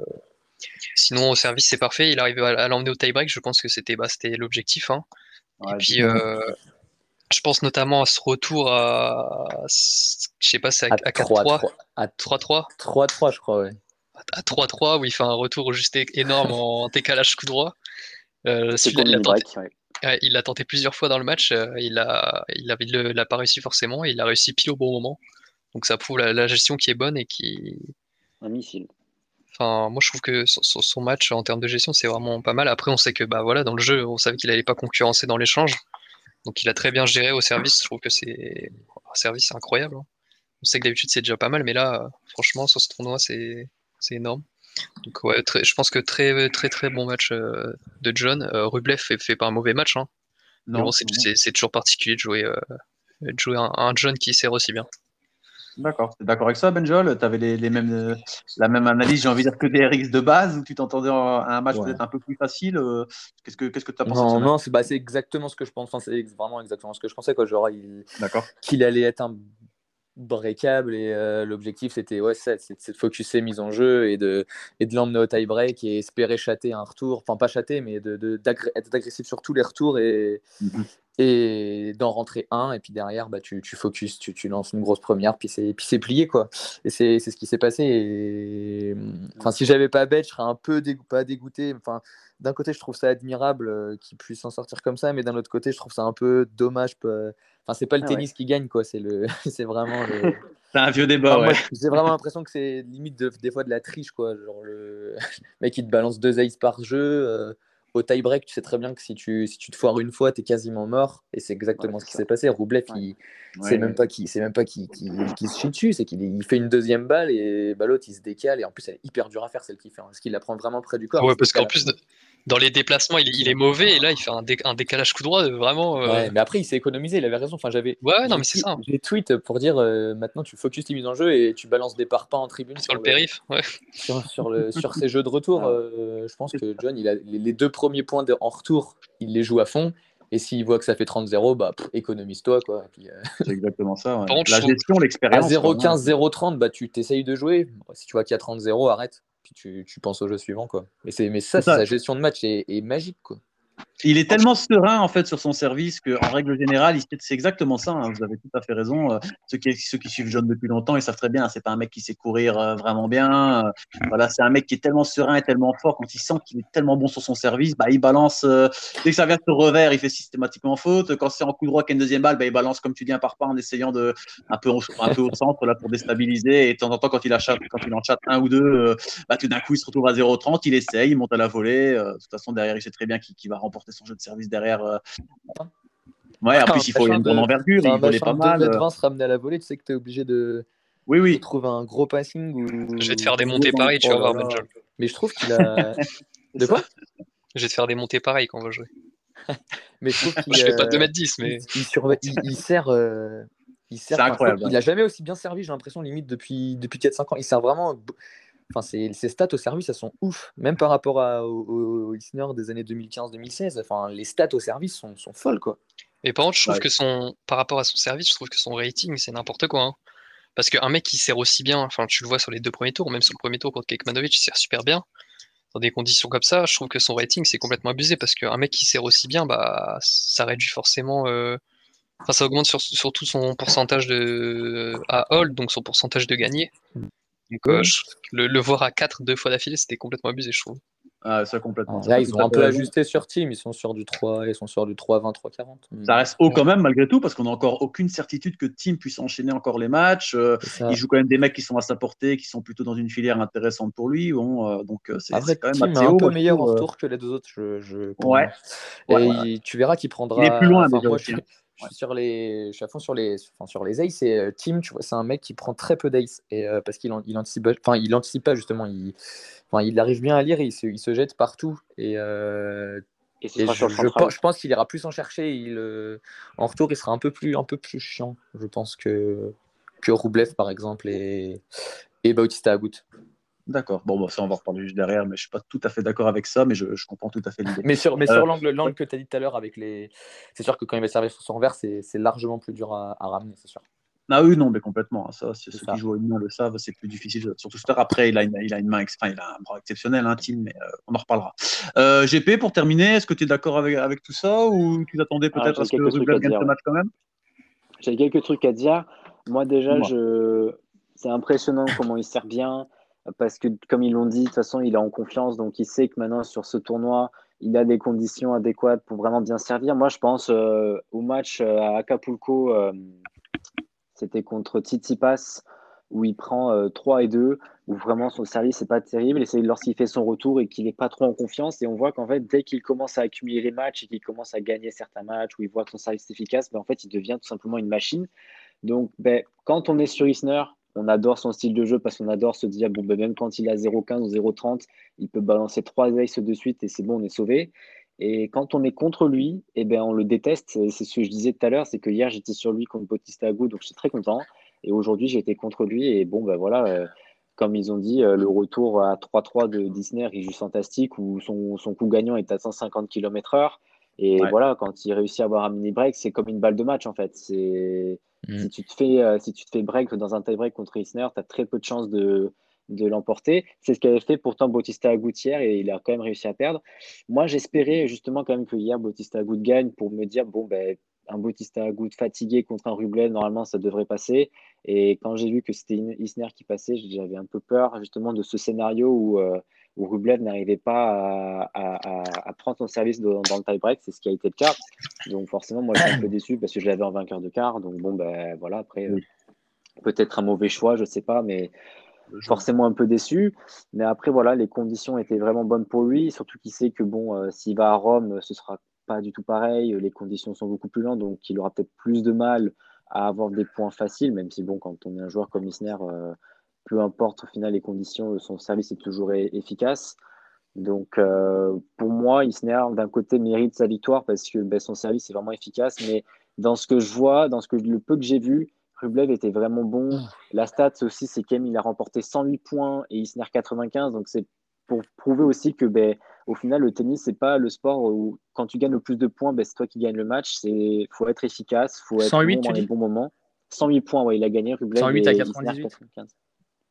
sinon, au service, c'est parfait. Il arrive à, à l'emmener au tie-break. Je pense que c'était bah, c'était l'objectif. Hein. Ouais, Et puis, euh, je pense notamment à ce retour à, je sais pas, c'est à, à quatre trois, à trois trois. trois trois, je crois, ouais. À trois trois, où il fait un retour juste énorme en décalage coup droit. Euh, C'est celui-là, il l'a mini tenté, break, ouais. ouais, il l'a tenté plusieurs fois dans le match. euh, il a, il avait le- l'a pas réussi forcément. Et il a réussi pile au bon moment. Donc ça prouve la, la gestion qui est bonne et qui. Un missile. Enfin, moi je trouve que son, son- son match en termes de gestion c'est vraiment pas mal. Après, on sait que bah voilà, dans le jeu, on savait qu'il allait pas concurrencer dans l'échange. Donc il a très bien géré au service. Je trouve que c'est un service c'est incroyable. Hein. On sait que d'habitude c'est déjà pas mal, mais là, euh, franchement, sur ce tournoi, c'est c'est énorme. Donc ouais, très- je pense que très très très bon match euh, de John. Euh, Rublev fait, fait pas un mauvais match, hein. Mais bon, Non, c'est non. c'est- c'est toujours particulier de jouer, euh, de jouer un, un John qui sert aussi bien. D'accord. Tu es d'accord avec ça, Benjol? Tu avais les, les mêmes, euh, la même analyse, j'ai envie de dire, que des R X de base, ou tu t'entendais à un match Ouais. peut-être un peu plus facile? euh, Qu'est-ce que qu'est-ce que tu as pensé de ce Non, match? non, c'est bah, c'est exactement ce que je pense. Enfin, c'est ex- vraiment exactement ce que je pensais, quoi. Genre, il- D'accord. qu'il allait être un breakable et euh, l'objectif c'était ouais, c'est, c'est, c'est de focuser mise en jeu et de, et de l'emmener au tie-break et espérer chatter un retour, enfin pas chatter mais de, de, d'agré- être agressif sur tous les retours et, Mhm. et d'en rentrer un et puis derrière bah, tu, tu focus, tu, tu lances une grosse première puis c'est, puis c'est plié quoi. Et c'est, c'est ce qui s'est passé et enfin, si j'avais pas bet je serais un peu dégo- pas dégoûté, enfin, d'un côté je trouve ça admirable euh, qu'il puisse s'en sortir comme ça mais d'un autre côté je trouve ça un peu dommage peu... Enfin, c'est pas le Ah tennis ouais. qui gagne, quoi. C'est le, c'est vraiment le. C'est un vieux débat, Enfin, moi, ouais. j'ai vraiment l'impression que c'est limite de- des fois de la triche, quoi. Genre le mec il te balance deux aces par jeu. euh, Au tie-break, tu sais très bien que si tu, si tu te foires une fois, t'es quasiment mort. Et c'est Ouais, exactement ce c'est qui ça. s'est passé. Roublev, Ouais. il, c'est Ouais. même pas qu'il, c'est même pas qu'il, qu'il- qu'il se chie dessus, c'est qu'il il fait une deuxième balle et bah, l'autre il se décale. Et en plus, elle est hyper dure à faire celle qu'il fait, hein, parce qu'il la prend vraiment près du corps. Ah Il ouais, se parce décale qu'en à plus, fond. de- dans les déplacements, il, est- il est mauvais et là, il fait un, dé- un décalage coup droit, euh, vraiment. euh, Ouais, mais après, il s'est économisé, il avait raison. Enfin, j'avais, Ouais, ouais, non, j'ai, mais c'est tweet, ça. Hein. j'ai tweet pour dire euh, maintenant tu focuses tes mises en jeu et tu balances des parpaings en tribune Sur sur, le le, périph', ouais. sur, sur, le, sur ses jeux de retour. Ah ouais. euh, je pense que John, il a les, les deux premiers points de- en retour, il les joue à fond. Et s'il voit que ça fait trente zéro, bah, pff, économise-toi. Quoi. Et puis, euh, C'est exactement ça, ouais. Par contre, je La trouve, gestion, à l'expérience, quoi, zéro hein. quinze, zéro trente, bah, tu t'essayes de jouer. Si tu vois qu'il y a trente zéro, arrête. puis tu, tu penses au jeu suivant, quoi. Mais, c'est, mais ça, C'est c'est ça. sa gestion de match est, est magique, quoi. Il est tellement serein en fait sur son service qu'en règle générale, il- c'est exactement ça. Hein, vous avez tout à fait raison. Euh, ceux, qui, ceux qui suivent John depuis longtemps, ils savent très bien. C'est pas un mec qui sait courir euh, vraiment bien. Euh, voilà, c'est un mec qui est tellement serein et tellement fort quand il sent qu'il est tellement bon sur son service. Bah, il balance euh, dès que ça vient sur revers, il fait systématiquement faute. Quand c'est en coup droit qu'il y a une deuxième balle, bah, il balance comme tu dis un par pas en essayant de un peu au, un peu au centre là pour déstabiliser. Et de temps en temps, quand il achète, quand il en chatte un ou deux, euh, bah, tout d'un coup, il se retrouve à zéro trente. Il essaye, il monte à la volée. Euh, de toute façon, derrière, il sait très bien qu'il, qu'il va remporter son jeu de service derrière. euh. Ouais, en Un plus, il faut il y a machin une grande de, envergure, un il volait machin pas de deux mal. mètres euh. vingt se ramener à la volée, tu sais que tu es obligé de, Oui, de oui. trouver un gros passing Je vais te ou. faire des Jouer montées dans le- pareilles, tu Oh vas là voir, là. Benjol. Mais je trouve qu'il a. C'est De ça. quoi? Je vais te faire des montées pareilles quand on va jouer. Mais je trouve qu'il Je fais pas deux euh, mètres dix, il, mais il, surve- il, il sert. euh, il sert. C'est Enfin, je trouve incroyable. qu'il hein. a jamais aussi bien servi, j'ai l'impression, limite depuis, depuis quatre cinq ans. Il sert vraiment. Enfin, ses, ses stats au service, elles sont ouf. Même par rapport à, au, au, au Isner des années deux mille quinze deux mille seize. Enfin, les stats au service sont, sont folles, quoi. Mais par contre, je trouve Ouais. que son, par rapport à son service, je trouve que son rating, c'est n'importe quoi. Hein. Parce qu'un mec qui sert aussi bien, enfin, tu le vois sur les deux premiers tours, même sur le premier tour contre Kekmanovic, il sert super bien. Dans des conditions comme ça, je trouve que son rating, c'est complètement abusé. Parce qu'un mec qui sert aussi bien, bah, ça réduit forcément. euh, Enfin, ça augmente sur- surtout son pourcentage de à hold, donc son pourcentage de gagner. Donc, euh, Oui. je- le, le voir à quatre deux fois d'affilée, c'était complètement abusé, je trouve. Ah, ça complètement. Ah, Ça, là, t'as ils tout ont à un fait peu raison. ajusté sur Team. Ils sont sur du trois, ils sont sur du trois vingt, trois quarante. Ça reste haut quand même malgré tout parce qu'on n'a encore aucune certitude que Team puisse enchaîner encore les matchs. Euh, C'est ça. il joue quand même des mecs qui sont à sa portée, qui sont plutôt dans une filière intéressante pour lui. Bon, euh, donc euh, c'est, Après, c'est quand même Team est assez un haut, peu moi je meilleur en trouve. euh. retour que les deux autres, je, je- pour Ouais, moi. ouais, Et ouais, ouais. il- tu verras qu'il Il est plus prendra. loin Enfin, déjà moi, aussi. je, hein. je Ouais. suis sur les, je suis à fond sur les, enfin, sur les aces. Et euh, Team, tu vois, c'est un mec qui prend très peu d'ace. Et euh, parce qu'il en- il anticipe, enfin, il anticipe pas justement. Il, enfin, il arrive bien à lire. Et il se, il se jette partout. Et, euh, Et ce et sera sur je, le je, central. pense, je pense qu'il ira plus en chercher. Il, euh, en retour, il sera un peu plus, un peu plus chiant, je pense que que Roublev par exemple et et Bautista Agut. D'accord. Bon, bah, ça, on va en reparler juste derrière, mais je suis pas tout à fait d'accord avec ça, mais je, je comprends tout à fait l'idée. Mais sur, mais Euh, sur l'angle, l'angle que tu as dit tout à l'heure, avec les. C'est sûr que quand il va servir sur son revers, c'est, c'est largement plus dur à, à ramener, c'est sûr. Ah oui, non, mais complètement. hein, Ça, c'est C'est ceux ça. qui jouent au Milan le savent, c'est plus difficile. Surtout Ster, après, il a une, il a une main, ex- enfin, il a un bras exceptionnel, hein, Tim, mais euh, on en reparlera. Euh, G P, pour terminer, est-ce que tu es d'accord avec, avec tout ça ou tu t'attendais Ah, peut-être à j'ai ce que quelques trucs Rublev à gagne dire. ce Ouais. match quand même? J'ai quelques trucs à dire. Moi, déjà, Dis-moi. je... c'est impressionnant comment il sert bien. Parce que, comme ils l'ont dit, de toute façon, il est en confiance. Donc, il sait que maintenant, sur ce tournoi, il a des conditions adéquates pour vraiment bien servir. Moi, je pense euh, au match euh, à Acapulco, euh, c'était contre Tsitsipas, où il prend euh, trois et deux, où vraiment son service n'est pas terrible. Et c'est lorsqu'il fait son retour et qu'il n'est pas trop en confiance. Et on voit qu'en fait, dès qu'il commence à accumuler les matchs et qu'il commence à gagner certains matchs, où il voit que son service est efficace, ben, en fait, il devient tout simplement une machine. Donc, ben, quand on est sur Isner, on adore son style de jeu parce qu'on adore se dire, bon, ben, même quand il a zéro quinze ou zéro trente, il peut balancer trois aces de suite et c'est bon, on est sauvé. Et quand on est contre lui, eh ben, on le déteste. C'est c'est ce que je disais tout à l'heure, c'est que hier, j'étais sur lui contre Bautista Agut, donc j'étais très content. Et aujourd'hui, j'ai été contre lui. Et bon, ben voilà, euh, comme ils ont dit, euh, le retour à trois trois de Disner est juste fantastique, où son, son coup gagnant est à cent cinquante kilomètres heure. Et Ouais. voilà, quand il réussit à avoir un mini break, c'est comme une balle de match en fait. C'est Mm. si tu te fais, euh, si tu te fais break dans un tie-break contre Isner, tu as très peu de chances de, de l'emporter. C'est ce qu'avait fait pourtant Bautista Agut hier et il a quand même réussi à perdre. Moi, j'espérais justement quand même que hier Bautista Agut gagne pour me dire, bon, ben, un Bautista Agut fatigué contre un Rublev, normalement, ça devrait passer. Et quand j'ai vu que c'était Isner qui passait, j'avais un peu peur justement de ce scénario où, euh, où Rublev n'arrivait pas à, à, à, à prendre son service dans, dans le tie-break. C'est ce qui a été le cas. Donc forcément, moi, je suis un peu déçu parce que je l'avais en vainqueur de quart. Donc bon, ben voilà, après, euh, Oui, peut-être un mauvais choix, je sais pas, mais je vois. forcément un peu déçu. Mais après, voilà, les conditions étaient vraiment bonnes pour lui. Surtout qu'il sait que bon, euh, s'il va à Rome, ce sera pas du tout pareil. Les conditions sont beaucoup plus lentes, donc il aura peut-être plus de mal à avoir des points faciles, même si bon, quand on est un joueur comme Isner, euh, peu importe au final les conditions, son service est toujours e- efficace. Donc, euh, pour moi, Isner, d'un côté, mérite sa victoire parce que ben, son service est vraiment efficace. Mais dans ce que je vois, dans ce que, le peu que j'ai vu, Rublev était vraiment bon. La stat aussi, c'est qu'il a remporté cent huit points et Isner quatre-vingt-quinze. Donc, c'est pour prouver aussi que, ben, au final, le tennis, c'est pas le sport où quand tu gagnes le plus de points, ben, c'est toi qui gagnes le match. Il faut être efficace, il faut être cent huit, bon tu dans les dis? bons moments. cent huit points, ouais, il a gagné Rublev cent huit à et Isner quatre-vingt-dix-huit. quatre-vingt-quinze.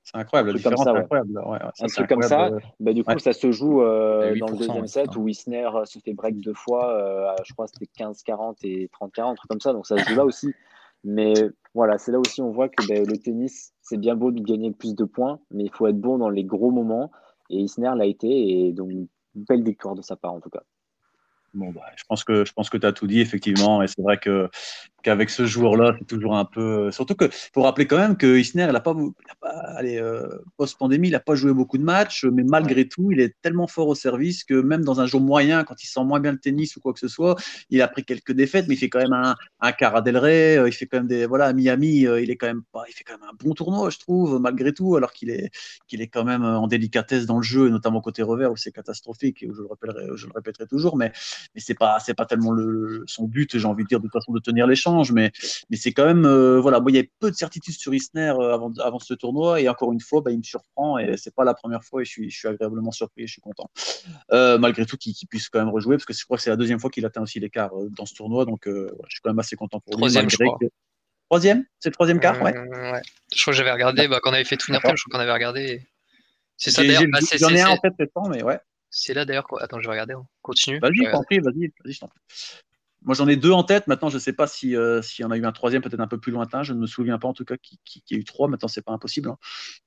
C'est incroyable, Un la truc comme différence ça, est ouais. incroyable. Ouais, ouais, ça, Un c'est truc comme ça. incroyable. Bah, du coup, Ouais. ça se joue euh, huit dans le pour cent, deuxième ouais, set c'est ça. où Isner euh, se fait break deux fois, euh, à, je crois que c'était quinze quarante et trente quarante, un truc comme ça. Donc ça se joue là aussi. Mais voilà, c'est là aussi on voit que ben, le tennis, c'est bien beau de gagner plus de points, mais il faut être bon dans les gros moments. Et Isner l'a été, et donc une belle victoire de sa part en tout cas. Bon, bah, je pense que je pense que tu as tout dit, effectivement. Et c'est vrai que qu'avec ce joueur-là, c'est toujours un peu. Surtout que faut rappeler quand même que Isner, il a pas, il a pas allez, euh, post-pandémie, il n'a pas joué beaucoup de matchs, mais malgré Ouais. tout, il est tellement fort au service que même dans un jour moyen, quand il sent moins bien le tennis ou quoi que ce soit, il a pris quelques défaites, mais il fait quand même un, un quart à Del Rey, euh, il fait quand même des. Voilà, à Miami, euh, il est quand même pas, il fait quand même un bon tournoi, je trouve, malgré tout, alors qu'il est, qu'il est quand même en délicatesse dans le jeu, et notamment côté revers, où c'est catastrophique, et où je le répéterai, je le répéterai toujours, mais mais c'est pas c'est pas tellement le, son but, j'ai envie de dire, de toute façon, de tenir l'échange, mais mais c'est quand même euh, voilà, bon, il y avait peu de certitudes sur Isner euh, avant avant ce tournoi, et encore une fois, bah, il me surprend, et c'est pas la première fois, et je suis je suis agréablement surpris, et je suis content, euh, malgré tout qu'il qu'il puisse quand même rejouer, parce que je crois que c'est la deuxième fois qu'il atteint aussi l'écart euh, dans ce tournoi, donc euh, voilà, je suis quand même assez content pour lui, Troisième, je malgré crois. que troisième, c'est le troisième quart, ouais. Hum, ouais. Je crois que j'avais regardé, bah, quand on avait fait Twin Airtime, D'accord. je crois qu'on avait regardé. C'est ça J'ai, d'ailleurs. j'ai, Bah, c'est j'en c'est- ai un en c'est- tête récent, mais ouais. c'est là d'ailleurs quoi. Attends, je vais regarder. hein. Continue. Je Vas-y, vais je t'en regarder. prie, vas-y, vas-y, je t'en prie. Moi, j'en ai deux en tête. Maintenant, je ne sais pas si, euh, s'il y en a eu un troisième, peut-être un peu plus lointain. Je ne me souviens pas, en tout cas, qu'il qui, qui y a eu trois. Maintenant, c'est pas impossible. Hein.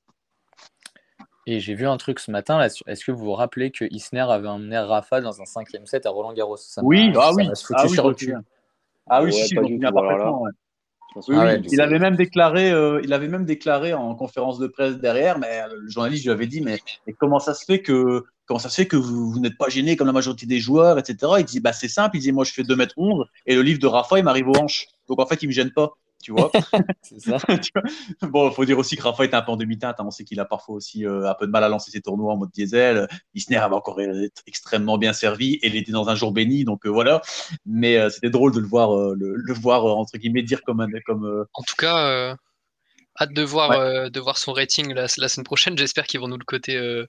Et j'ai vu un truc ce matin là. Est-ce que vous vous rappelez que Isner avait emmené Rafa dans un cinquième set à Roland Garros? Ça Oui, m'a, ah ça oui, m'a foutu ah oui, je sur me le cul. souviens. Ah oui, si, Ouais, si, je pas me du souviens tout. Alors là, parfaitement. Ouais. je m'en Oui, souviens Ah pas ouais, du oui, tout. il c'est avait même déclaré, euh, il avait même déclaré en conférence de presse derrière, mais euh, le journaliste lui avait dit, mais, mais comment ça se fait que, comment ça se fait que vous, vous n'êtes pas gêné comme la majorité des joueurs, et cetera. Il dit, bah c'est simple, il dit, moi je fais deux mètres onze et le livre de Rafa, il m'arrive aux hanches. Donc en fait, il me gêne pas, tu vois. c'est ça. Tu vois. Bon, il faut dire aussi que Rafa est un peu en demi-teinte. Hein. On sait qu'il a parfois aussi euh, un peu de mal à lancer ses tournois en mode diesel. Isner avait encore été extrêmement bien servi et il était dans un jour béni, donc euh, voilà. Mais euh, c'était drôle de le voir, euh, le, le voir euh, entre guillemets dire comme un, comme euh, En tout cas, euh, hâte de voir, ouais. euh, de voir son rating la, la semaine prochaine. J'espère qu'ils vont nous le coter. Euh,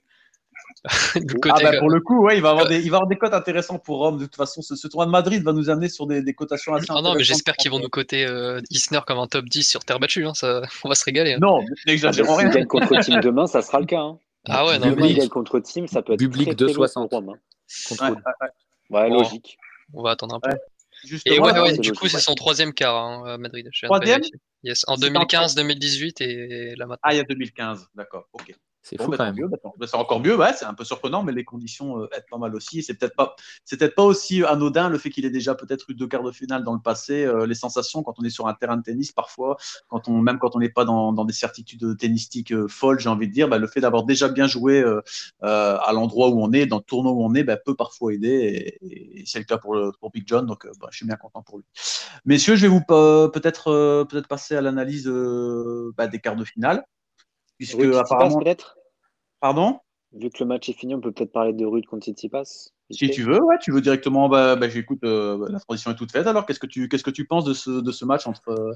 nous le Ah coter bah comme- pour le coup, ouais, il va avoir Euh, des, il va avoir des cotes intéressantes pour Rome. De toute façon, ce, ce tournoi de Madrid va nous amener sur des, des cotations assez Non, non, mais intéressantes. j'espère qu'ils vont nous coter euh, Isner comme un top dix sur terre battue. hein, ça, on va se régaler. hein. Non, Ah ben, n'exagérons s'il rien. gagne contre Team demain, ça sera le cas. Hein. Ah ouais, Si non, demain il mais gagne Bublik, contre Team, ça peut être très Bublik très lourd pour deux soixante Rome. Hein. contre Ouais, Ruud. ouais, Ouais, bon, logique. on va attendre un peu. ouais. Et Justement, ouais, là, Ouais, ouais, c'est du coup, logique. c'est son troisième quart hein, à Madrid. Je viens de troisième, vérifier. Yes, en c'est en deux mille quinze, deux mille dix-huit et là maintenant. Ah, il y a deux mille quinze, d'accord, ok. C'est Bon, fou bah, quand tant même. mieux, bah, tant- bah, c'est encore mieux, ouais, c'est un peu surprenant, mais les conditions euh, aident pas mal aussi. Et c'est peut-être pas, c'est peut-être pas aussi anodin le fait qu'il ait déjà peut-être eu deux quarts de finale dans le passé. Euh, les sensations quand on est sur un terrain de tennis, parfois, quand on, même quand on n'est pas dans, dans des certitudes tennistiques euh, folles, j'ai envie de dire, bah, le fait d'avoir déjà bien joué euh, euh, à l'endroit où on est, dans le tournoi où on est, bah, peut parfois aider. Et, et c'est le cas pour, le- pour Big John, donc euh, bah, je suis bien content pour lui. Messieurs, je vais vous euh, peut-être euh, peut-être passer à l'analyse euh, bah, des quarts de finale, puisque Ruud Tsitsipas apparemment, peut-être? pardon. Vu que le match est fini, on peut peut-être parler de Ruud contre Tsitsipas, vite Si fait. tu veux, ouais, tu veux directement, bah, bah j'écoute, euh, la transition est toute faite. Alors, qu'est-ce que tu, qu'est-ce que tu penses de ce, de ce match entre, euh,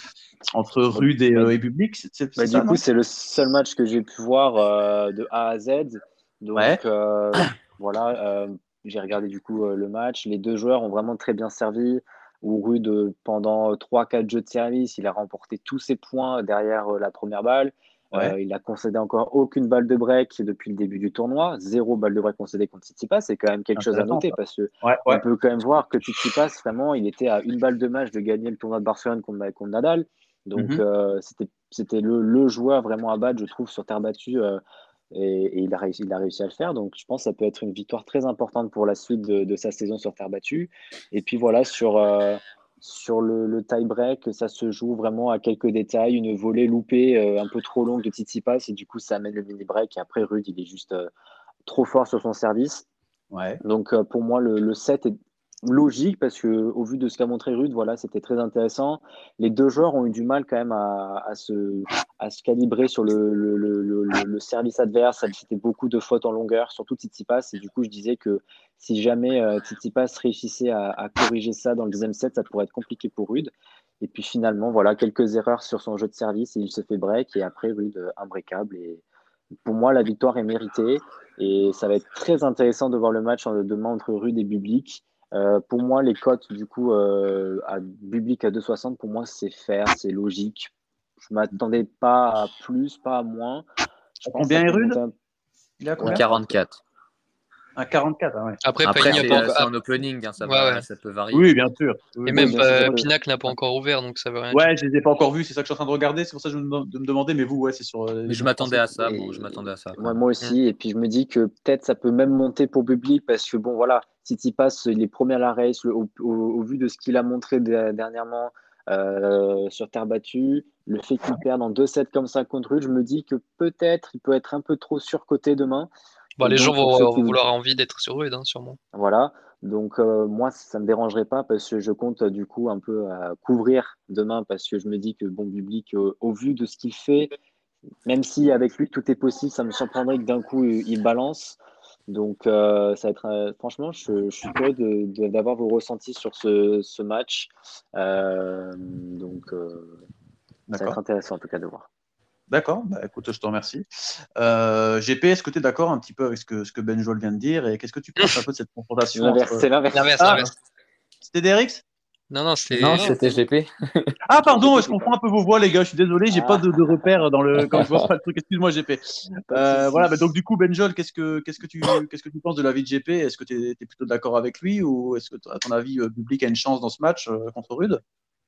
entre Bah, Rude et, bah, euh, et Bublik? C'est, c'est- bah, c'est du ça, coup, non? c'est le seul match que j'ai pu voir euh, de A à Z. Ouais, Donc euh, voilà, euh, j'ai regardé du coup euh, le match. Les deux joueurs ont vraiment très bien servi. Où Ruud, euh, pendant trois quatre jeux de service, il a remporté tous ses points derrière euh, la première balle. ouais, Euh, il a concédé encore aucune balle de break depuis le début du tournoi. Zéro balle de break concédée contre Tsitsipas. C'est quand même c'est quelque chose à intéressant, noter ça. parce que Ouais, on ouais, peut quand même voir que Tsitsipas, vraiment, il était à une balle de match de gagner le tournoi de Barcelone contre, contre Nadal. Donc, mhm, euh, c'était, c'était le, le joueur vraiment à battre, je trouve, sur terre battue. euh, et, et il a réussi, il a réussi à le faire. Donc, je pense que ça peut être une victoire très importante pour la suite de, de sa saison sur terre battue. Et puis voilà, sur, euh, sur le, le tie-break, ça se joue vraiment à quelques détails. Une volée loupée euh, un peu trop longue de Tsitsipas. Et du coup, ça amène le mini-break. Et après, Ruud, il est juste euh, trop fort sur son service. ouais. Donc euh, pour moi, le, le set est logique parce que au vu de ce qu'a montré Ruud, voilà, c'était très intéressant. Les deux joueurs ont eu du mal quand même à, à se, à se calibrer sur le, le, le, le, le service adverse. C'était beaucoup de fautes en longueur, surtout Tsitsipas. Et du coup, je disais que si jamais euh, Tsitsipas réussissait à, à corriger ça dans le deuxième set, ça pourrait être compliqué pour Ruud. Et puis finalement, voilà, quelques erreurs sur son jeu de service et il se fait break. Et après, Ruud, euh, imbreakable. Et pour moi, la victoire est méritée. Et ça va être très intéressant de voir le match demain entre Ruud et Bublik. Euh, pour moi, les cotes, du coup, euh, à Bublik à deux soixante, pour moi, c'est fair, c'est logique. je m'attendais pas à plus, pas à moins. Je pense Combien que est ça peut Rude monter un- Il est à Ouais. combien quarante-quatre. À quarante-quatre, ah ouais. Après, Après, Payet a c'est pas euh, encore. c'est ah, en opening, hein, ça, Ouais, va, ouais. ça peut varier. Oui, bien sûr. Oui, Et oui, même bien sûr, euh, ça peut- Pinac n'a pas encore ouvert, donc ça veut rien dire. Ouais, je les ai pas encore vus, c'est ça que je suis en train de regarder, c'est pour ça que je me, de me demander, mais vous, ouais, c'est sur. euh, Mais je vous m'attendais pensez- à ça, Et- bon, je m'attendais à ça. quand Moi, même. moi aussi. Et puis je me dis que peut-être ça peut même monter pour Bublik parce que bon, voilà, Tsitsipas, il est premier à la race le- au, au- au vu de ce qu'il a montré de- dernièrement euh, sur terre battue, le fait qu'il perde en deux sets comme ça contre Ruud, je me dis que peut-être il peut être un peu trop surcoté demain. Bah, Et les gens donc pour vont ceux vont qui vouloir envie d'être sur Rude, hein, sûrement. voilà. Donc, euh, moi, ça ne me dérangerait pas parce que je compte euh, du coup un peu à couvrir demain parce que je me dis que bon, Bublik, euh, au vu de ce qu'il fait, même si avec lui tout est possible, ça me surprendrait que d'un coup il, il balance. Donc, euh, ça va être euh, franchement, je, je suis curieux de- de- d'avoir vos ressentis sur ce, ce match. Euh, donc, euh, ça va être D'accord. intéressant en tout cas de voir. D'accord, bah, écoute, je te remercie. Euh, G P, est-ce que tu es d'accord un petit peu avec ce que, ce que Benjol vient de dire et qu'est-ce que tu penses un peu de cette C'est confrontation l'inverse, entre. c'est l'inverse. L'inverse, Ah, l'inverse. c'était Derix Non, non, c'est. Non, c'était G P. Ah, pardon, G P, je confonds un peu vos voix, les gars, je suis désolé, j'ai Ah. pas de, de repère dans le, quand je vois pas le truc, excuse-moi, G P. Pas de Euh, souci. voilà, bah, donc du coup, Benjol, qu'est-ce que, qu'est-ce que tu, qu'est-ce que tu penses de la vie de G P? Est-ce que tu es, plutôt d'accord avec lui ou est-ce que, à ton avis, euh, Bublik a une chance dans ce match euh, contre Rude?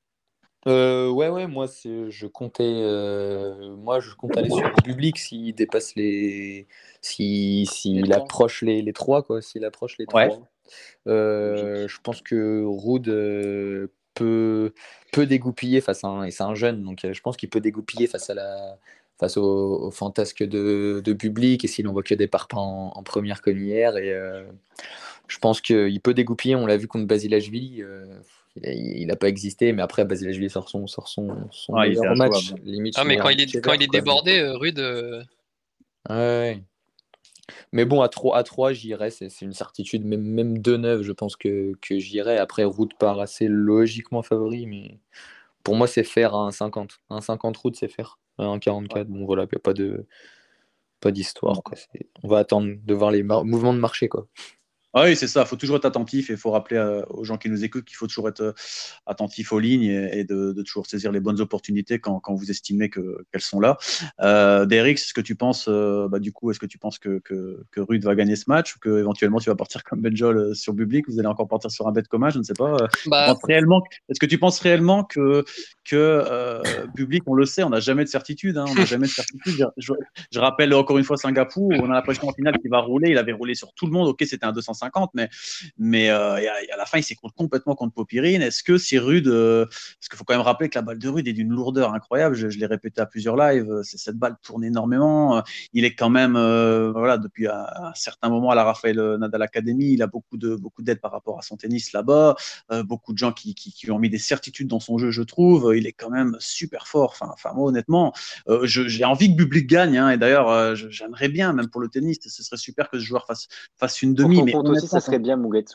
Euh, ouais, ouais, moi, c'est, je comptais, euh, moi, je compte aller sur Bublik s'il dépasse les, si, s'il trois. approche les, les trois, quoi, s'il approche les Ouais. trois. Euh, je pense que Ruud euh, peut, peut dégoupiller face à un, et c'est un jeune, donc euh, je pense qu'il peut dégoupiller face à la, face au, au fantasque de, de Bublik et s'il envoie que des parpaings en, en première comme hier. Et euh, je pense qu'il peut dégoupiller. On l'a vu contre Basilashvili. Euh, il n'a pas existé, mais après Basilashvili sort son, sort son, son Ah, il était meilleur match, injouable. limite Ah, son mais quand meilleur il match est, quand ever, il est quoi. débordé, euh, Rude. euh, Ouais, ouais. Mais bon, à trois, à trois j'irais, c'est c'est une certitude. Même, même deux neuf, je pense que, que j'irais. Après, Route part assez logiquement favori, mais pour moi, c'est faire à un cinquante. Un cinquante Route, c'est faire. Un quarante-quatre, bon voilà, il n'y a pas de pas d'histoire, quoi. C'est- On va attendre de voir les mar- mouvements de marché, quoi. Ah oui, c'est ça. Il faut toujours être attentif et il faut rappeler euh, aux gens qui nous écoutent qu'il faut toujours être euh, attentif aux lignes et, et de, de toujours saisir les bonnes opportunités quand, quand vous estimez que, qu'elles sont là. Euh, Derek, est-ce que tu penses, euh, bah, du coup, est-ce que tu penses que, que, que Ruud va gagner ce match ou que éventuellement tu vas partir comme Benjol euh, sur Bublik? Vous allez encore partir sur un bet commun, je ne sais pas. Euh, tu Bah, penses réellement, est-ce que tu penses réellement que, que euh, Bublik, on le sait, on n'a jamais de certitude, hein, on n'a jamais de certitude. Je, je rappelle encore une fois Singapour, où on a l'impression en finale qu'il va rouler. Il avait roulé sur tout le monde. Ok, c'était un deux cent cinquante, mais, mais euh, et à, et à la fin, il s'est complètement contre Popirine. Est-ce que c'est Rude euh, Parce qu'il faut quand même rappeler que la balle de Rude est d'une lourdeur incroyable. Je, je l'ai répété à plusieurs lives. C'est, cette balle tourne énormément. Il est quand même, euh, voilà, depuis un, un certain moment à la Rafael Nadal Academy, il a beaucoup de beaucoup d'aide par rapport à son tennis là-bas. Euh, beaucoup de gens qui, qui, qui ont mis des certitudes dans son jeu, je trouve. Il est quand même super fort. Enfin, enfin moi, honnêtement, euh, je, j'ai envie que Bublik gagne. Hein, et d'ailleurs, euh, j'aimerais bien, même pour le tennis, ce serait super que ce joueur fasse, fasse une Pour demi. ton Mais compte aussi, ça honnêtement, serait bien, Mugetsu.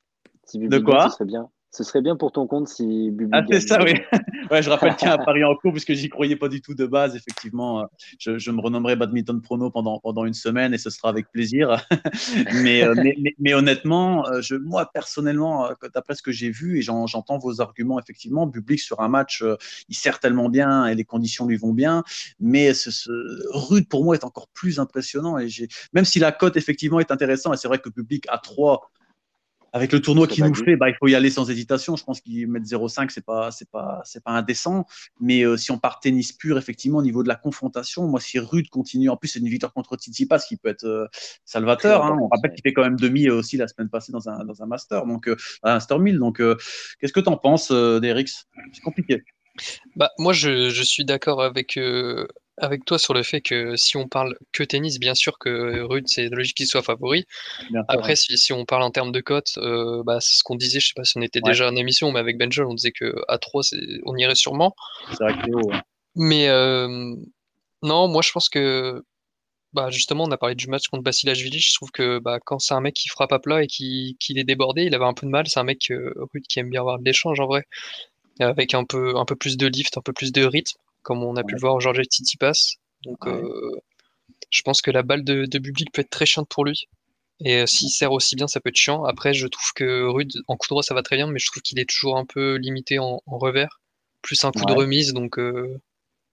Si de Bublik gagne, ce quoi? serait bien. Ce serait bien pour ton compte si Ah, Bublik c'est gagne ça, oui. demain. Ouais, je rappelle qu'il y a un pari en cours, puisque j'y croyais pas du tout de base. Effectivement, euh, je, je me renommerai Badminton Prono pendant, pendant une semaine et ce sera avec plaisir. mais, euh, mais, mais, mais honnêtement, euh, je, moi, personnellement, euh, d'après ce que j'ai vu, et j'en, j'entends vos arguments, effectivement, Bublik sur un match, euh, il sert tellement bien et les conditions lui vont bien. Mais ce, ce Rude, pour moi, est encore plus impressionnant. Et j'ai, même si la cote, effectivement, est intéressante, et c'est vrai que Bublik à trois avec le tournoi qu'il nous fait, bah, il faut y aller sans hésitation. Je pense qu'il mettre zéro virgule cinq, c'est pas, c'est pas, c'est pas indécent. Mais euh, si on part tennis pur, effectivement, au niveau de la confrontation, moi, si Rude continue, en plus, c'est une victoire contre Tsitsipas qui peut être euh, salvateur. Hein. On rappelle qu'il fait quand même demi aussi la semaine passée dans un, dans un Master, donc euh, un Master mille. Donc, euh, qu'est-ce que tu en penses, euh, Derix? C'est compliqué. Bah, moi, je, je suis d'accord avec, euh, avec toi sur le fait que si on parle que tennis, bien sûr que Ruud, c'est logique qu'il soit favori. Bien sûr, Après, ouais. si, si on parle en termes de cotes, euh, bah, c'est ce qu'on disait, je sais pas si on était Ouais. déjà en émission, mais avec Benjol, on disait que à trois, c'est, on irait sûrement. C'est vrai que c'est haut. Ouais. Mais euh, non, moi, je pense que bah, justement, on a parlé du match contre Basilashvili. Je trouve que bah, quand c'est un mec qui frappe à plat et qui, qui est débordé, il avait un peu de mal. C'est un mec, euh, Ruud, qui aime bien avoir de l'échange en vrai, avec un peu, un peu plus de lift, un peu plus de rythme, comme on a pu Ouais. le voir au Georges Tsitsipas. Donc, Ouais. euh, je pense que la balle de, de Bublik peut être très chiante pour lui. Et euh, s'il sert aussi bien, ça peut être chiant. Après, je trouve que Ruud, en coup droit, ça va très bien, mais je trouve qu'il est toujours un peu limité en, en revers, plus un coup de Ouais. remise. Donc, euh,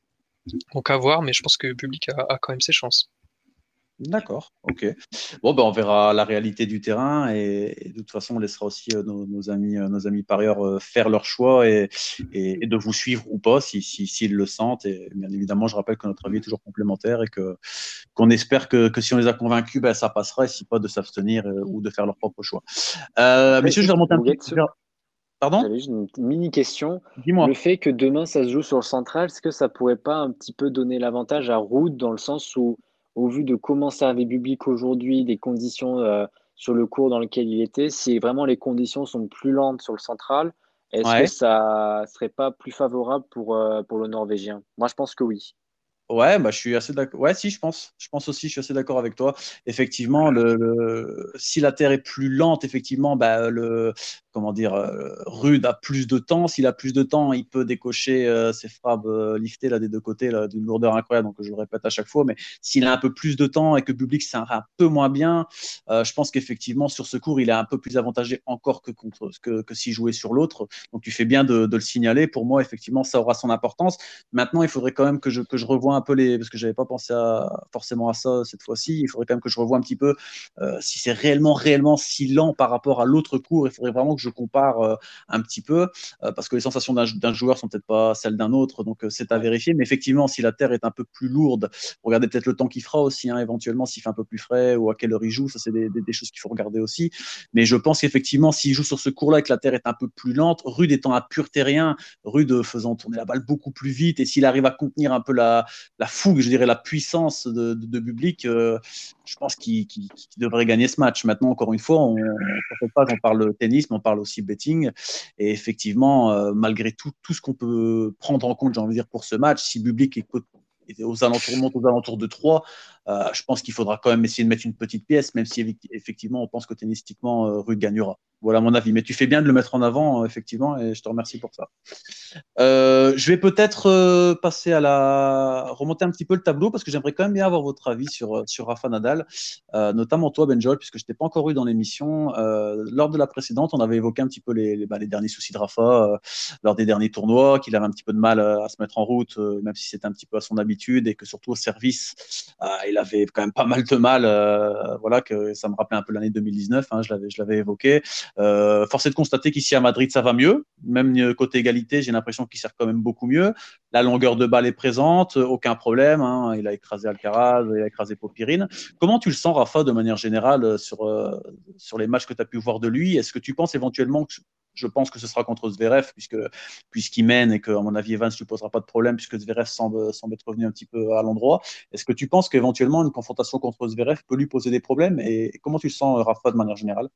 Donc à voir, mais je pense que Bublik a, a quand même ses chances. D'accord, ok. Bon, ben, on verra la réalité du terrain et, et de toute façon, on laissera aussi euh, nos, nos amis, euh, nos amis parieurs euh, faire leur choix et, et, et de vous suivre ou pas si, si, s'ils le sentent. Et bien évidemment, je rappelle que notre avis est toujours complémentaire et que, qu'on espère que, que si on les a convaincus, ben, ça passera et si pas, de s'abstenir euh, ou de faire leur propre choix. Euh, Après, messieurs, je vais juste, remonter un petit Bouguet, peu. Pardon? j'avais juste une mini question. Le Dis-moi. fait que demain ça se joue sur le central, est-ce que ça pourrait pas un petit peu donner l'avantage à Ruud dans le sens où, au vu de comment servait Bublik aujourd'hui, des conditions euh, sur le cours dans lequel il était, si vraiment les conditions sont plus lentes sur le central, est-ce que Ouais. ça serait pas plus favorable pour, euh, pour le Norvégien? Moi, je pense que oui. Ouais, bah, je suis assez d'accord. Ouais, si, je pense. Je pense aussi, je suis assez d'accord avec toi. Effectivement, le, le- si la Terre est plus lente, effectivement, bah, le, comment dire, euh, Rude a plus de temps. S'il a plus de temps, il peut décocher euh, ses frappes euh, liftées là, des deux côtés là, d'une lourdeur incroyable. Donc, je le répète à chaque fois. Mais s'il a un peu plus de temps et que Bublik c'est un, un peu moins bien, euh, je pense qu'effectivement, sur ce cours, il est un peu plus avantagé encore que, contre, que, que s'il jouait sur l'autre. Donc, tu fais bien de, de le signaler. Pour moi, effectivement, ça aura son importance. Maintenant, il faudrait quand même que je, que je revoie un peu les. Parce que je n'avais pas pensé à, forcément à ça cette fois-ci. Il faudrait quand même que je revoie un petit peu euh, si c'est réellement, réellement si lent par rapport à l'autre cours. Il faudrait vraiment que je compare euh, un petit peu. Euh, parce que les sensations d'un, d'un joueur sont peut-être pas celles d'un autre. Donc, euh, c'est à Ouais. vérifier. Mais effectivement, si la terre est un peu plus lourde, regardez peut-être le temps qu'il fera aussi, hein, éventuellement, s'il fait un peu plus frais ou à quelle heure il joue. Ça, c'est des, des, des choses qu'il faut regarder aussi. Mais je pense qu'effectivement, s'il joue sur ce cours-là et que la terre est un peu plus lente, Rude étant un pur terrien, Rude faisant tourner la balle beaucoup plus vite, et s'il arrive à contenir un peu la, la fougue, je dirais la puissance de, de, de Bublik, euh, je pense qu'il qu qu devrait gagner ce match. Maintenant, encore une fois, on, on pas, on parle tennis, mais on parle aussi betting. Et effectivement, euh, malgré tout, tout ce qu'on peut prendre en compte, j'ai envie de dire, pour ce match, si Bublik est aux alentours, monte aux alentours de trois, euh, je pense qu'il faudra quand même essayer de mettre une petite pièce, même si effectivement on pense que tennistiquement, euh, Rude gagnera. Voilà mon avis. Mais tu fais bien de le mettre en avant, euh, effectivement, et je te remercie pour ça. Euh, je vais peut-être euh, passer à la remonter un petit peu le tableau parce que j'aimerais quand même bien avoir votre avis sur, sur Rafa Nadal, euh, notamment toi, Benjol, puisque je t'ai pas encore eu dans l'émission. Euh, lors de la précédente, on avait évoqué un petit peu les, les, bah, les derniers soucis de Rafa euh, lors des derniers tournois, qu'il avait un petit peu de mal euh, à se mettre en route, euh, même si c'était un petit peu à son habitude, et que surtout au service, euh, il avait quand même pas mal de mal. Euh, voilà, que ça me rappelait un peu l'année deux mille dix-neuf, hein, je l'avais, je l'avais évoqué. Euh, force est de constater qu'ici à Madrid, ça va mieux. Même côté égalité, j'ai l'impression qu'il sert quand même beaucoup mieux. La longueur de balle est présente, aucun problème. Hein. Il a écrasé Alcaraz, il a écrasé Popirine. Comment tu le sens, Rafa, de manière générale, sur, euh, sur les matchs que tu as pu voir de lui? Est-ce que tu penses éventuellement que je pense que ce sera contre Zverev, puisque, puisqu'il mène et qu'à mon avis, Evans ne lui posera pas de problème, puisque Zverev semble, semble être revenu un petit peu à l'endroit. Est-ce que tu penses qu'éventuellement, une confrontation contre Zverev peut lui poser des problèmes? Et comment tu le sens, Rafa, de manière générale?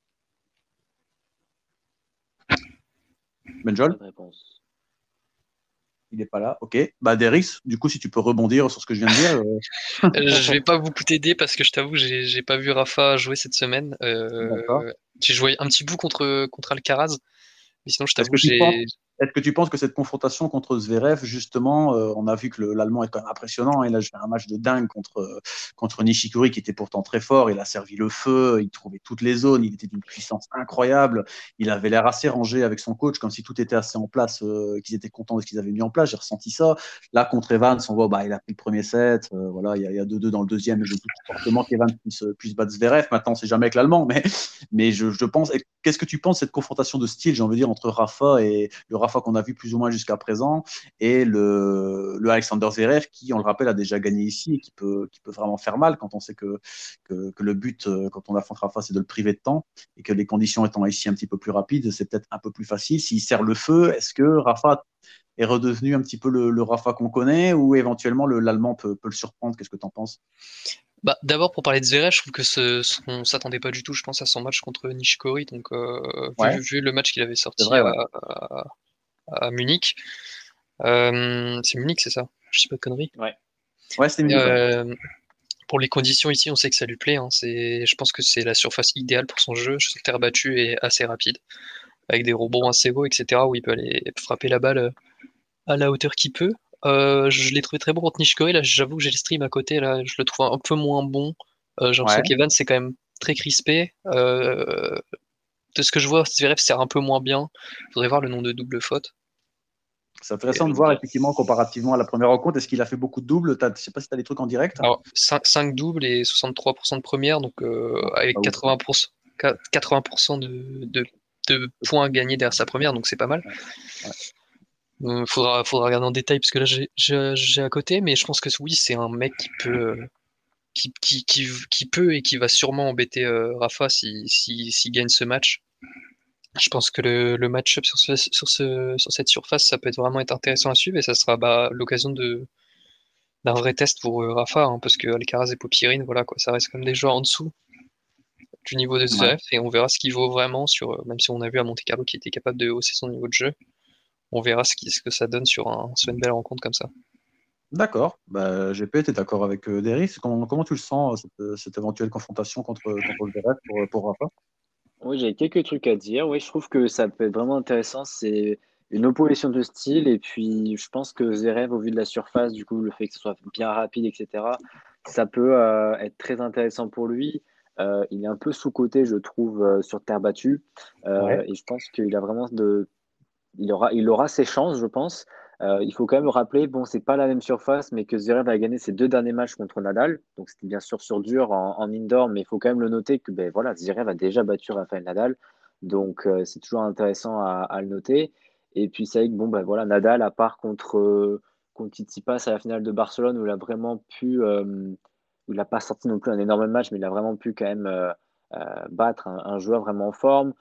Pas Benjol? de réponse. Il n'est pas là. Ok. Bah, Deris, du coup, si tu peux rebondir sur ce que je viens de dire. Euh... Euh, je vais pas beaucoup t'aider parce que je t'avoue, j'ai j'ai pas vu Rafa jouer cette semaine. D'accord. Euh, j'ai joué un petit bout contre, contre Alcaraz, mais sinon, je Est-ce t'avoue, que tu penses, j'ai. est-ce que tu penses que cette confrontation contre Zverev, justement, euh, on a vu que le- l'Allemand est quand même impressionnant. Hein, il a joué un match de dingue contre, euh, contre Nishikori, qui était pourtant très fort. Il a servi le feu, il trouvait toutes les zones, il était d'une puissance incroyable. Il avait l'air assez rangé avec son coach, comme si tout était assez en place, euh, qu'ils étaient contents de ce qu'ils avaient mis en place. J'ai ressenti ça. Là, contre Evans, on voit, bah, il a pris le premier set. Euh, voilà, il y a deux deux dans le deuxième, mais je doute fortement qu'Evans puisse, puisse battre Zverev. Maintenant, c'est jamais avec l'Allemand, mais, mais je, je pense. Qu'est-ce que tu penses de cette confrontation de style, j'ai envie de dire, entre Rafa et le Rafa qu'on a vu plus ou moins jusqu'à présent et le, le Alexander Zverev qui, on le rappelle, a déjà gagné ici et qui peut, qui peut vraiment faire mal quand on sait que, que, que le but, quand on affronte Rafa, c'est de le priver de temps et que les conditions étant ici un petit peu plus rapides, c'est peut-être un peu plus facile. S'il sert le feu, est-ce que Rafa est redevenu un petit peu le, le Rafa qu'on connaît ou éventuellement l'Allemand peut, peut le surprendre? Qu'est-ce que tu en penses? Bah, d'abord, pour parler de Zverev, je trouve que ce, on s'attendait pas du tout, je pense, à son match contre Nishikori. Donc, euh, Ouais, vu, vu le match qu'il avait c'est sorti vrai, à, ouais. à, à Munich, euh, c'est Munich, c'est ça? Je dis pas de conneries. Ouais. Ouais, c'était Munich, ouais. Euh, pour les conditions ici, on sait que ça lui plaît. Hein. C'est, je pense que c'est la surface idéale pour son jeu. Sur terre battue et assez rapide, avec des rebonds assez hauts, et cetera, où il peut aller frapper la balle à la hauteur qu'il peut. Euh, je l'ai trouvé très bon contre Nishikori. Là, j'avoue que j'ai le stream à côté. Là, je le trouve un peu moins bon. Euh, j'ai l'impression Ouais. qu'Evan, c'est quand même très crispé. Euh, de ce que je vois, Zverev sert un peu moins bien. Faudrait voir le nombre de doubles fautes. C'est intéressant de voir effectivement comparativement à la première rencontre. Est-ce qu'il a fait beaucoup de doubles? Je ne sais pas si tu as des trucs en direct. Alors, cinq, cinq doubles et soixante-trois pour cent de première, donc euh, avec quatre-vingts pour cent, quatre-vingts pour cent de, de, de points gagnés derrière sa première, donc c'est pas mal. Ouais. Euh, faudra, faudra regarder en détail parce que là j'ai, j'ai, j'ai à côté, mais je pense que oui, c'est un mec qui peut, qui, qui, qui, qui peut et qui va sûrement embêter euh, Rafa s'il si, si, si gagne ce match. Je pense que le, le match-up sur, ce, sur, ce, sur cette surface, ça peut être vraiment être intéressant à suivre et ça sera bah, l'occasion de, d'un vrai test pour euh, Rafa, hein, parce que Alcaraz et Popirine, voilà, quoi, ça reste comme des joueurs en dessous du niveau de Zverev, ouais. Et on verra ce qu'il vaut vraiment sur, même si on a vu à Monte Carlo qu'il était capable de hausser son niveau de jeu, on verra ce, qui, ce que ça donne sur, un, sur une belle rencontre comme ça. D'accord, bah, G P, tu es d'accord avec euh, Deris. Comment, comment tu le sens, cette, cette éventuelle confrontation contre, contre Zverev pour, pour Rafa? Oui, j'ai quelques trucs à dire. Oui, je trouve que ça peut être vraiment intéressant. C'est une opposition de style. Et puis, je pense que Zverev, au vu de la surface, du coup, le fait que ce soit bien rapide, et cetera, ça peut euh, être très intéressant pour lui. Euh, il est un peu sous-coté, je trouve, euh, sur terre battue. Euh, Ouais. Et je pense qu'il a vraiment de. Il aura, il aura ses chances, je pense. Euh, il faut quand même rappeler, bon, c'est pas la même surface, mais que Zverev a gagné ses deux derniers matchs contre Nadal. Donc, c'était bien sûr sur dur en, en indoor, mais il faut quand même le noter que ben, voilà, Zverev a déjà battu Rafael Nadal. Donc, euh, c'est toujours intéressant à, à le noter. Et puis, c'est vrai que bon, ben, voilà, Nadal, à part contre, euh, contre Tsitsipas à la finale de Barcelone, où il a vraiment pu, euh, où il n'a pas sorti non plus un énorme match, mais il a vraiment pu quand même euh, euh, battre un, un joueur vraiment en forme.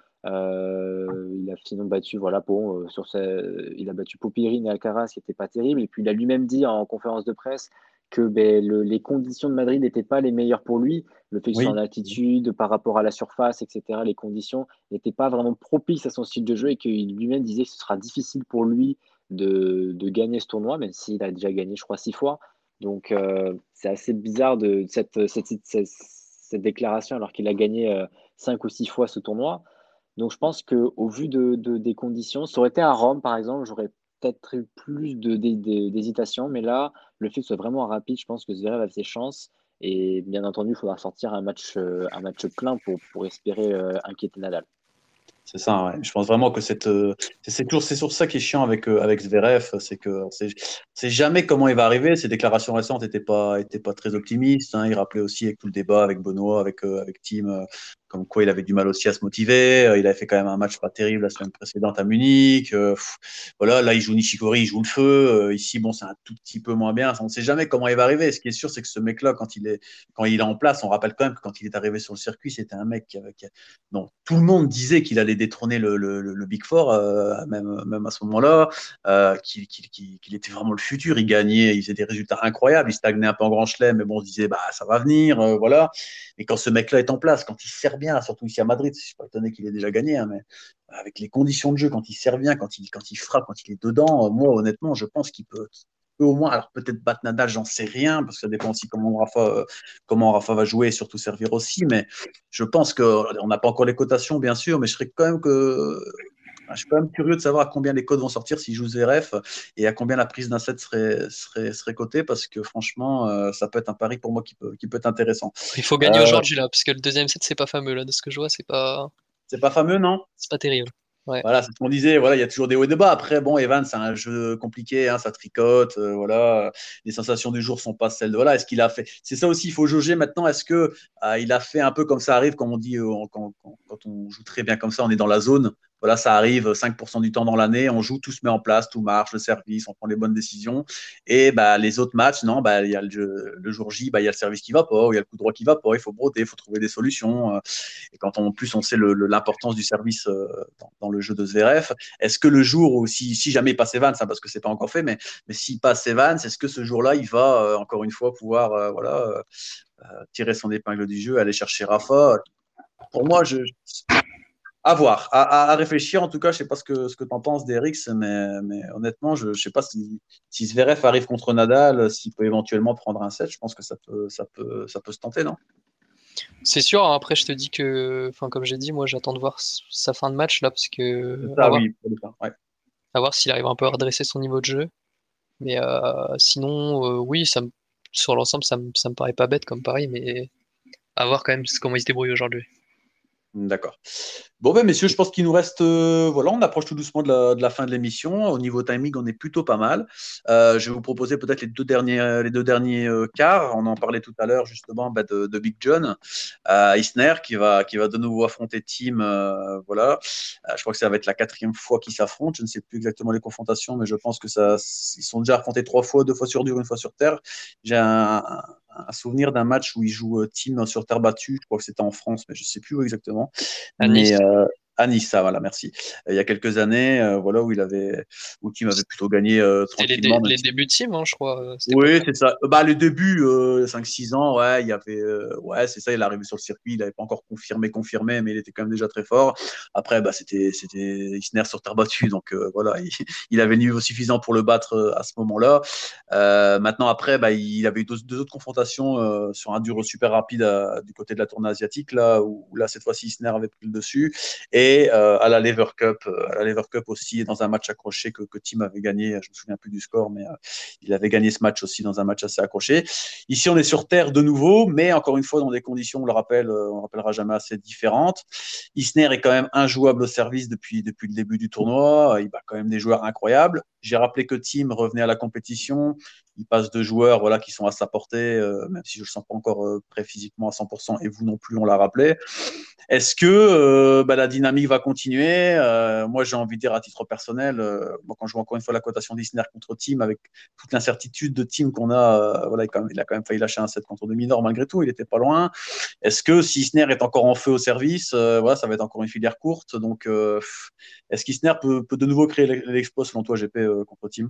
Euh, il a sinon battu, voilà, bon, euh, sur sa, il a battu Popirine et Alcaraz, qui n'était pas terrible. Et puis il a lui-même dit en conférence de presse que ben, le, les conditions de Madrid n'étaient pas les meilleures pour lui. Le fait qu'il soit Oui. en altitude, par rapport à la surface, et cetera, les conditions n'étaient pas vraiment propices à son style de jeu et qu'il lui-même disait que ce sera difficile pour lui de, de gagner ce tournoi, même s'il a déjà gagné, je crois, six fois. Donc euh, c'est assez bizarre de, de cette, cette, cette, cette, déclaration alors qu'il a gagné euh, cinq ou six fois ce tournoi. Donc je pense qu'au vu de, de, des conditions, ça aurait été à Rome par exemple, j'aurais peut-être eu plus de, de, de, d'hésitation, mais là, le fait que ce soit vraiment rapide, je pense que Zverev a ses chances. Et bien entendu, il faudra sortir un match, euh, un match plein pour, pour espérer euh, inquiéter Nadal. C'est ça, ouais. Je pense vraiment que cette, euh, c'est toujours, c'est sur ça qui est chiant avec, euh, avec Zverev, c'est que c'est, c'est jamais comment il va arriver. Ses déclarations récentes n'étaient pas, étaient pas très optimistes. Hein. Il rappelait aussi avec tout le débat avec Benoît, avec, euh, avec Tim, euh, comme quoi il avait du mal aussi à se motiver. Euh, il avait fait quand même un match pas terrible la semaine précédente à Munich. Euh, pff, voilà, là il joue Nishikori, il joue le feu. Euh, ici, bon, c'est un tout petit peu moins bien. On ne sait jamais comment il va arriver. Ce qui est sûr, c'est que ce mec-là, quand il est, quand il est en place, on rappelle quand même que quand il est arrivé sur le circuit, c'était un mec qui avait, qui, non, tout le monde disait qu'il allait détrôner le, le, le Big Four, euh, même, même à ce moment-là, euh, qu'il, qu'il, qu'il était vraiment le futur. Il gagnait, il faisait des résultats incroyables, il stagnait un peu en Grand Chelem, mais bon, on se disait, bah, ça va venir, euh, voilà. Et quand ce mec-là est en place, quand il sert bien, surtout ici à Madrid, je ne suis pas étonné qu'il ait déjà gagné, hein, mais avec les conditions de jeu, quand il sert bien, quand il, quand il frappe, quand il est dedans, moi, honnêtement, je pense qu'il peut, qu'il peut au moins, alors peut-être battre Nadal, j'en sais rien, parce que ça dépend aussi comment Rafa, euh, comment Rafa va jouer et surtout servir aussi, mais je pense qu'on n'a pas encore les cotations, bien sûr, mais je serais quand même que. Je suis quand même curieux de savoir à combien les codes vont sortir s'ils jouent Zverev et à combien la prise d'un set serait, serait, serait cotée, parce que franchement, euh, ça peut être un pari pour moi qui peut, qui peut être intéressant. Il faut gagner Euh, aujourd'hui là, parce que le deuxième set, c'est pas fameux là, de ce que je vois, c'est pas, c'est pas fameux, non? c'est pas terrible. Ouais. Voilà, c'est ce qu'on disait. Voilà, il y a toujours des hauts et des bas. Après, bon, Evan, c'est un jeu compliqué, hein, ça tricote. Euh, voilà, les sensations du jour sont pas celles de. Voilà, est-ce qu'il a fait. C'est ça aussi, il faut jauger maintenant. Est-ce que euh, il a fait un peu comme ça arrive, comme on dit, euh, quand, quand, quand on joue très bien comme ça, on est dans la zone. Voilà, ça arrive cinq pour cent du temps dans l'année, on joue, tout se met en place, tout marche, le service, on prend les bonnes décisions. Et bah, les autres matchs, non, bah, il y a le, jeu, le jour J, bah, il y a le service qui va pas, il y a le coup droit qui va pas, il faut broder, il faut trouver des solutions. Et quand on, en plus on sait le, le, l'importance du service euh, dans, dans, le jeu de Zverev, est-ce que le jour où, si, si jamais il passe Evans, hein, parce que c'est pas encore fait, mais, mais s'il passe Evans, est-ce que ce jour-là, il va euh, encore une fois pouvoir euh, voilà, euh, tirer son épingle du jeu, aller chercher Rafa? Pour moi, je, à voir, à, à, à, réfléchir. En tout cas, je ne sais pas ce que, ce que tu en penses d'Erix, mais, mais honnêtement, je ne sais pas si, si Zverev arrive contre Nadal, s'il peut éventuellement prendre un set. Je pense que ça peut, ça peut, ça peut se tenter, non? C'est sûr, hein, après je te dis que, enfin comme j'ai dit, moi j'attends de voir sa fin de match là, parce que ça, à voir, oui, ouais. à voir s'il arrive un peu à redresser son niveau de jeu. Mais euh, sinon, euh, oui, ça me, sur l'ensemble, ça me, ça me paraît pas bête comme pari, mais à voir quand même comment il se débrouille aujourd'hui. D'accord. Bon, ben, messieurs, je pense qu'il nous reste. Euh, voilà, on approche tout doucement de la, de la fin de l'émission. Au niveau timing, on est plutôt pas mal. Euh, je vais vous proposer peut-être les deux derniers, les deux derniers euh, quarts. On en parlait tout à l'heure, justement, bah, de, de Big John, euh, Isner, qui va, qui va de nouveau affronter Tim. Euh, voilà. Euh, je crois que ça va être la quatrième fois qu'ils s'affrontent. Je ne sais plus exactement les confrontations, mais je pense que ça, ils sont déjà affrontés trois fois, deux fois sur dur, une fois sur terre. J'ai un, un, un souvenir d'un match où ils jouent Tim sur terre battue. Je crois que c'était en France, mais je ne sais plus où exactement. À Nice. Mais euh, à Nice, ça, voilà, merci. Euh, il y a quelques années, euh, voilà, où il avait, où Tim avait plutôt gagné euh, C'était les, tranquillement. dé- même les si- débuts de team, hein, je crois. euh, cette Oui, époque-là. c'est ça. Bah, le début, euh, cinq six ans, ouais, il y avait, euh, ouais, c'est ça. Il est arrivé sur le circuit, il n'avait pas encore confirmé, confirmé, mais il était quand même déjà très fort. Après, bah, c'était, c'était Isner sur terre battue, donc euh, voilà, il, il avait le niveau suffisant pour le battre euh, à ce moment-là. Euh, maintenant, après, bah, il avait eu deux, deux autres confrontations euh, sur un dur super rapide à- du côté de la tournée asiatique, là, où, où là, cette fois-ci, Isner avait pris le dessus. Et euh, à la Lever Cup, euh, à la Lever Cup aussi, dans un match accroché que, que Tim avait gagné, je me souviens plus du score, mais euh, il avait gagné ce match aussi dans un match assez accroché. Ici, on est sur terre de nouveau, mais encore une fois, dans des conditions, on le rappelle, euh, on ne rappellera jamais assez différentes. Isner est quand même injouable au service depuis, depuis le début du tournoi. Il bat quand même des joueurs incroyables. J'ai rappelé que Tim revenait à la compétition. Il passe de joueurs voilà, qui sont à sa portée, euh, même si je ne le sens pas encore euh, prêt physiquement à cent pour cent, et vous non plus, on l'a rappelé. Est-ce que euh, bah, la dynamique va continuer? Euh, Moi, j'ai envie de dire à titre personnel, euh, bon, quand je vois encore une fois la cotation d'Isner contre Team, avec toute l'incertitude de Team qu'on a, euh, voilà, il, quand même, il a quand même failli lâcher un set contre Dominor malgré tout, il n'était pas loin. Est-ce que si Isner est encore en feu au service, euh, voilà, ça va être encore une filière courte. Donc, euh, est-ce qu'Isner peut, peut de nouveau créer l'exploit selon toi, G P, euh, contre Team?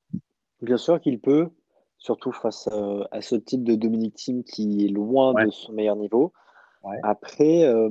Bien sûr qu'il peut, surtout face euh, à ce type de Dominic Thiem qui est loin Ouais, de son meilleur niveau. ouais. Après, euh,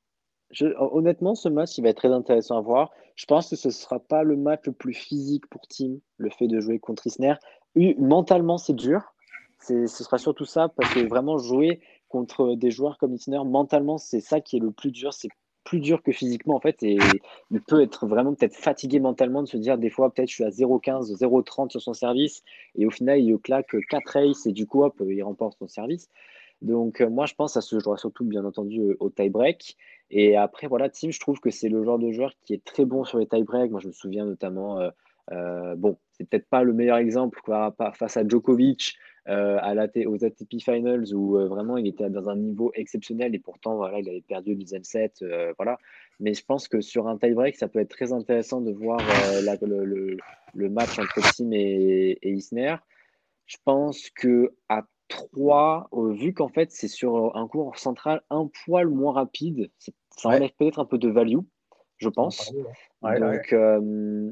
je- honnêtement, ce match, il va être très intéressant à voir. Je pense que ce ne sera pas le match le plus physique pour Team, le fait de jouer contre Isner. Eu- Mentalement, c'est dur. C'est, ce sera surtout ça, parce que vraiment jouer contre des joueurs comme Isner, mentalement, c'est ça qui est le plus dur. C'est plus dur que physiquement, en fait. Et il peut être vraiment peut-être fatigué mentalement de se dire, des fois, peut-être je suis à zéro quinze, zéro trente sur son service. Et au final, il claque quatre aces et du coup, hop, il remporte son service. Donc, euh, moi, je pense que ça se jouera surtout, bien entendu, euh, au tie-break. Et après, voilà, Tim, je trouve que c'est le genre de joueur qui est très bon sur les tie-break. Moi, je me souviens notamment, euh, euh, bon, c'est peut-être pas le meilleur exemple quoi, pas- face à Djokovic euh, à la T- aux A T P Finals où euh, vraiment il était dans un niveau exceptionnel et pourtant, voilà, il avait perdu le deuxième set. Euh, voilà. Mais je pense que sur un tie-break, ça peut être très intéressant de voir euh, la- le, le- le match entre Tim et, et Isner. Je pense que à trois, euh, vu qu'en fait c'est sur un cours central un poil moins rapide, c'est- ça Ouais, enlève peut-être un peu de value, je on en pense. parlait, ouais. Ouais, ouais. Donc, euh,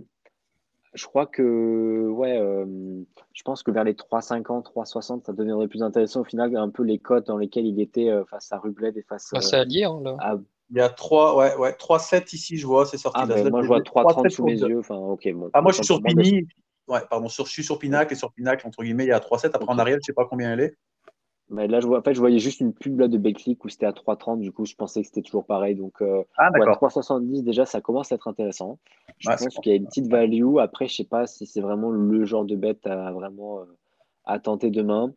je crois que, ouais, euh, je pense que vers les trois cinquante, trois soixante, ça deviendrait plus intéressant au final, un peu les cotes dans lesquelles il était euh, face à Rublev et face Bah, euh, c'est allié, hein, là. à. Il y a trois, ouais, ouais, trois sept ici, je vois, c'est sorti Ah, là. ben moi je vois trois trois trente sept sous pour mes deux. yeux. Enfin, ok, bon, Ah, moi, je suis autant pour sur moi. Ben, je- Pini. Ouais, pardon, sur, je suis sur Pinac et sur Pinac, entre guillemets, il y a trois sept. Après, en Ok. arrière, je sais pas combien elle est. Mais là, je vois, en fait, je voyais juste une pub là, de Betclic où c'était à trois trente. Du coup, je pensais que c'était toujours pareil. Donc, euh, Ah, ouais, d'accord. trois soixante-dix, déjà, ça commence à être intéressant. Je Ouais, ça pense compte. qu'il y a une petite value. Après, je sais pas si c'est vraiment le genre de bête à vraiment euh, à tenter demain.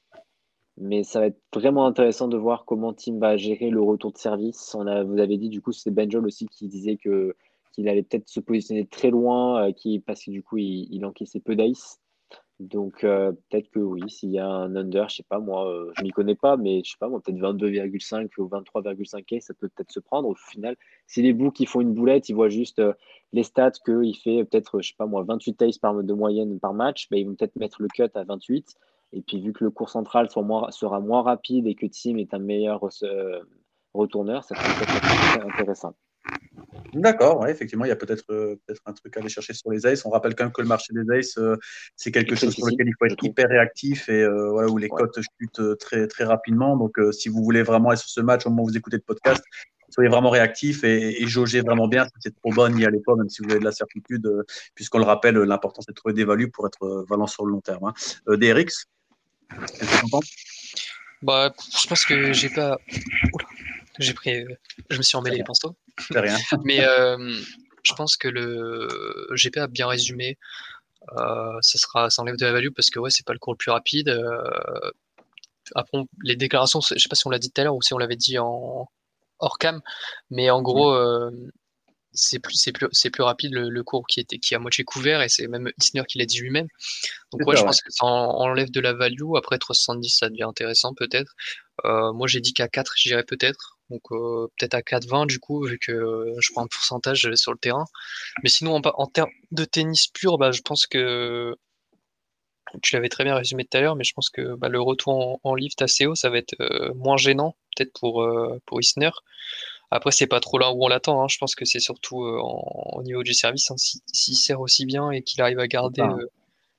Mais ça va être vraiment intéressant de voir comment Tim va gérer le retour de service. On a, vous avez dit, du coup, c'est Benjol aussi qui disait que qu'il allait peut-être se positionner très loin, euh, qui, parce que du coup, il, il encaissait peu d'ace. Donc, euh, peut-être que oui, s'il y a un under, je sais pas, moi, euh, je m'y connais pas, mais je sais pas, moi, peut-être vingt-deux virgule cinq ou vingt-trois virgule cinq, ça peut peut-être se prendre. Au final, si les books ils font une boulette, ils voient juste euh, les stats qu'il fait peut-être, je sais pas, moi, vingt-huit aces par, de moyenne par match, ben, ils vont peut-être mettre le cut à vingt-huit. Et puis, vu que le cours central soit moins, sera moins rapide et que Team est un meilleur euh, retourneur, ça peut peut-être être très intéressant. D'accord, ouais, effectivement, il y a peut-être euh, peut-être un truc à aller chercher sur les aces. On rappelle quand même que le marché des aces, euh, c'est Et quelque très chose sur difficile, lequel il faut je être trouve. hyper réactif et euh, voilà, où les Ouais. cotes chutent euh, très, très rapidement. Donc, euh, si vous voulez vraiment être sur ce match au moment où vous écoutez le podcast, soyez vraiment réactif et, et jaugez vraiment bien si c'est trop bon, n'y allez pas, même si vous avez de la certitude, euh, puisqu'on le rappelle, euh, l'important c'est de trouver des values pour être euh, valant sur le long terme. Hein. Euh, D R X, qu'est-ce que tu en penses? Bah, je pense que j'ai pas. Oula, j'ai pris. euh, Je me suis C'est emmêlé les rien, pinceaux. c'est rien. Mais euh, je pense que le G P a bien résumé. Euh, ça sera, ça enlève de la value parce que ouais, c'est pas le cours le plus rapide. Euh, après, on- les déclarations, je sais pas si on l'a dit tout à l'heure ou si on l'avait dit en, hors cam, mais en gros, euh, c'est plus, c'est plus, c'est plus rapide le, le cours qui était, qui est à moitié couvert, et c'est même Isner qui l'a dit lui-même. Donc C'est ouais, ça, je ouais. pense que ça en- enlève de la value. Après trois cent soixante-dix, ça devient intéressant peut-être. Euh, moi j'ai dit qu'à quatre, j'irais peut-être. Donc euh, peut-être à quatre vingt du coup, vu que euh, je prends un pourcentage sur le terrain. Mais sinon, en, en termes de tennis pur, bah, je pense que tu l'avais très bien résumé tout à l'heure, mais je pense que bah, le retour en, en lift assez haut, ça va être euh, moins gênant, peut-être pour, euh, pour Isner. Après, c'est pas trop là où on l'attend, hein. Je pense que c'est surtout euh, en- au niveau du service, hein. Si- S'il sert aussi bien et qu'il arrive à C'est ça, garder. hein. euh,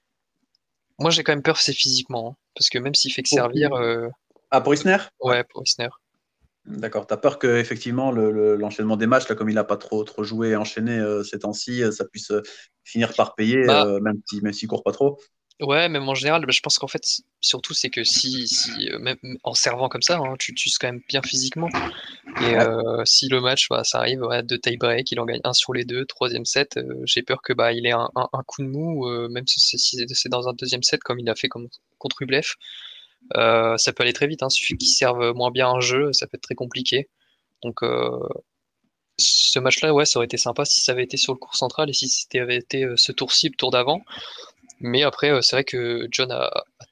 Moi, j'ai quand même peur, c'est physiquement, hein. Parce que même s'il fait que Pour servir, qui? euh, Ah, pour Isner? Ouais. ouais, pour Isner. D'accord. T'as peur que effectivement le, le- l'enchaînement des matchs, là, comme il n'a pas trop, trop joué et enchaîné euh, ces temps-ci, euh, ça puisse euh, finir par payer, Bah, euh, même si, même s'il court pas trop. ouais, même en général, bah, je pense qu'en fait, surtout, c'est que si, si euh, même en servant comme ça, hein, tu t'uses quand même bien physiquement. Et Ouais. euh, si le match, bah, ça arrive ouais, de tie-break, il en gagne un sur les deux, troisième set, euh, j'ai peur que bah, il ait un, un- un coup de mou, euh, même si c'est si c'est dans un deuxième set, comme il a fait comme, contre Rublev. Euh, ça peut aller très vite, hein. Il suffit qu'il serve moins bien un jeu, ça peut être très compliqué. Donc, euh, ce match-là, ouais, ça aurait été sympa si ça avait été sur le court central et si c'était avait été euh, ce tour-ci, le tour d'avant. Mais après, euh, c'est vrai que John a,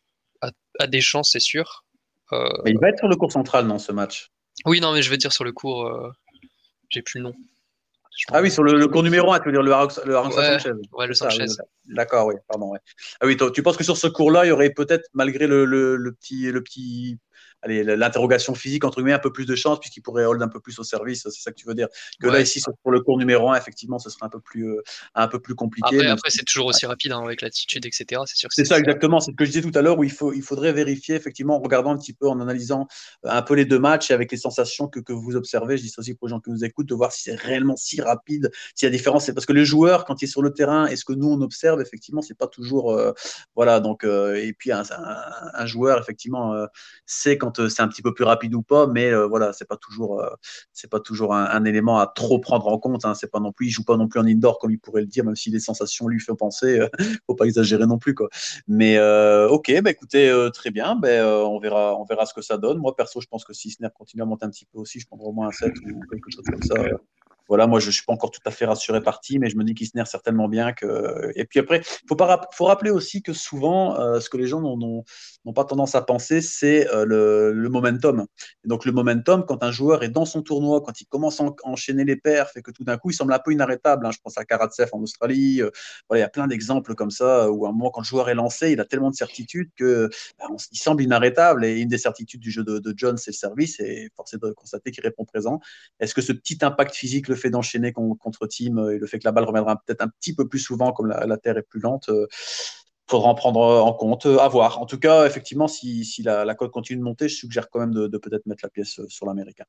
a, a des chances, c'est sûr. Euh, Mais il va être sur le cours central dans ce match. oui, non, mais je veux dire sur le court, euh, j'ai plus le nom. Je Ah m'en- oui, sur le, le cours numéro un, tu veux dire le, Aranx- le Aranxa Ouais, Sanchez. ouais, le C'est ça, oui. Sanchez. D'accord, oui, pardon. Ouais. Ah oui, toi, tu penses que sur ce cours-là, il y aurait peut-être, malgré le, le, le petit, le petit, allez, l'interrogation physique, entre guillemets, un peu plus de chance, puisqu'il pourrait hold un peu plus au service, c'est ça que tu veux dire. Que là, Ouais, c'est ici, ça. sur pour le cours numéro un, effectivement, ce serait un peu plus, euh, un peu plus compliqué, Après, même après si. c'est toujours aussi rapide hein, avec l'attitude, et cetera. C'est sûr que C'est c'est ça c'est- exactement, c'est ce que je disais tout à l'heure où il, faut, il faudrait vérifier effectivement en regardant un petit peu, en analysant un peu les deux matchs et avec les sensations que, que vous observez, je dis ça aussi pour les gens qui nous écoutent, de voir si c'est réellement si rapide, s'il y a différence. C'est parce que les joueurs, quand ils sont sur le terrain et ce que nous on observe, effectivement, c'est pas toujours. Euh, voilà, donc, euh, et puis un, un, un joueur, effectivement, euh, sait quand euh, c'est un petit peu plus rapide ou pas, mais euh, voilà, c'est pas toujours, euh, c'est pas toujours un, un élément à trop prendre en compte. Hein. C'est pas non plus, il joue pas non plus en indoor comme il pourrait le dire, même si les sensations lui font penser, euh, faut pas exagérer non plus, quoi. Mais euh, ok, bah, écoutez, euh, très bien. Bah, euh, on verra, on verra ce que ça donne. Moi, perso, je pense que si Isner continue à monter un petit peu aussi, je prendrai au moins un set ou quelque chose comme ça. Euh, Voilà, moi, je ne suis pas encore tout à fait rassuré parti, mais je me dis qu'Isner certainement bien que. Et puis après, il faut, pas rap- faut rappeler aussi que souvent, euh, ce que les gens n'ont n'ont- n'ont pas tendance à penser, c'est euh, le, le momentum. Et donc, le momentum, quand un joueur est dans son tournoi, quand il commence à en- enchaîner les perfs et que tout d'un coup, il semble un peu inarrêtable. Hein. Je pense à Karatsev en Australie. euh, voilà, il y a plein d'exemples comme ça où à un moment, quand le joueur est lancé, il a tellement de certitude que bah, on- il semble inarrêtable. Et une des certitudes du jeu de, de John, c'est le service. Et force est de constater qu'il répond présent. Est-ce que ce petit impact physique, le fait d'enchaîner con- contre team euh, et le fait que la balle reviendra peut-être un petit peu plus souvent, comme la, la Terre est plus lente, euh, faudra en prendre en compte, euh, à voir. En tout cas, effectivement, si, si la, la cote continue de monter, je suggère quand même de, de peut-être mettre la pièce euh, sur l'américain.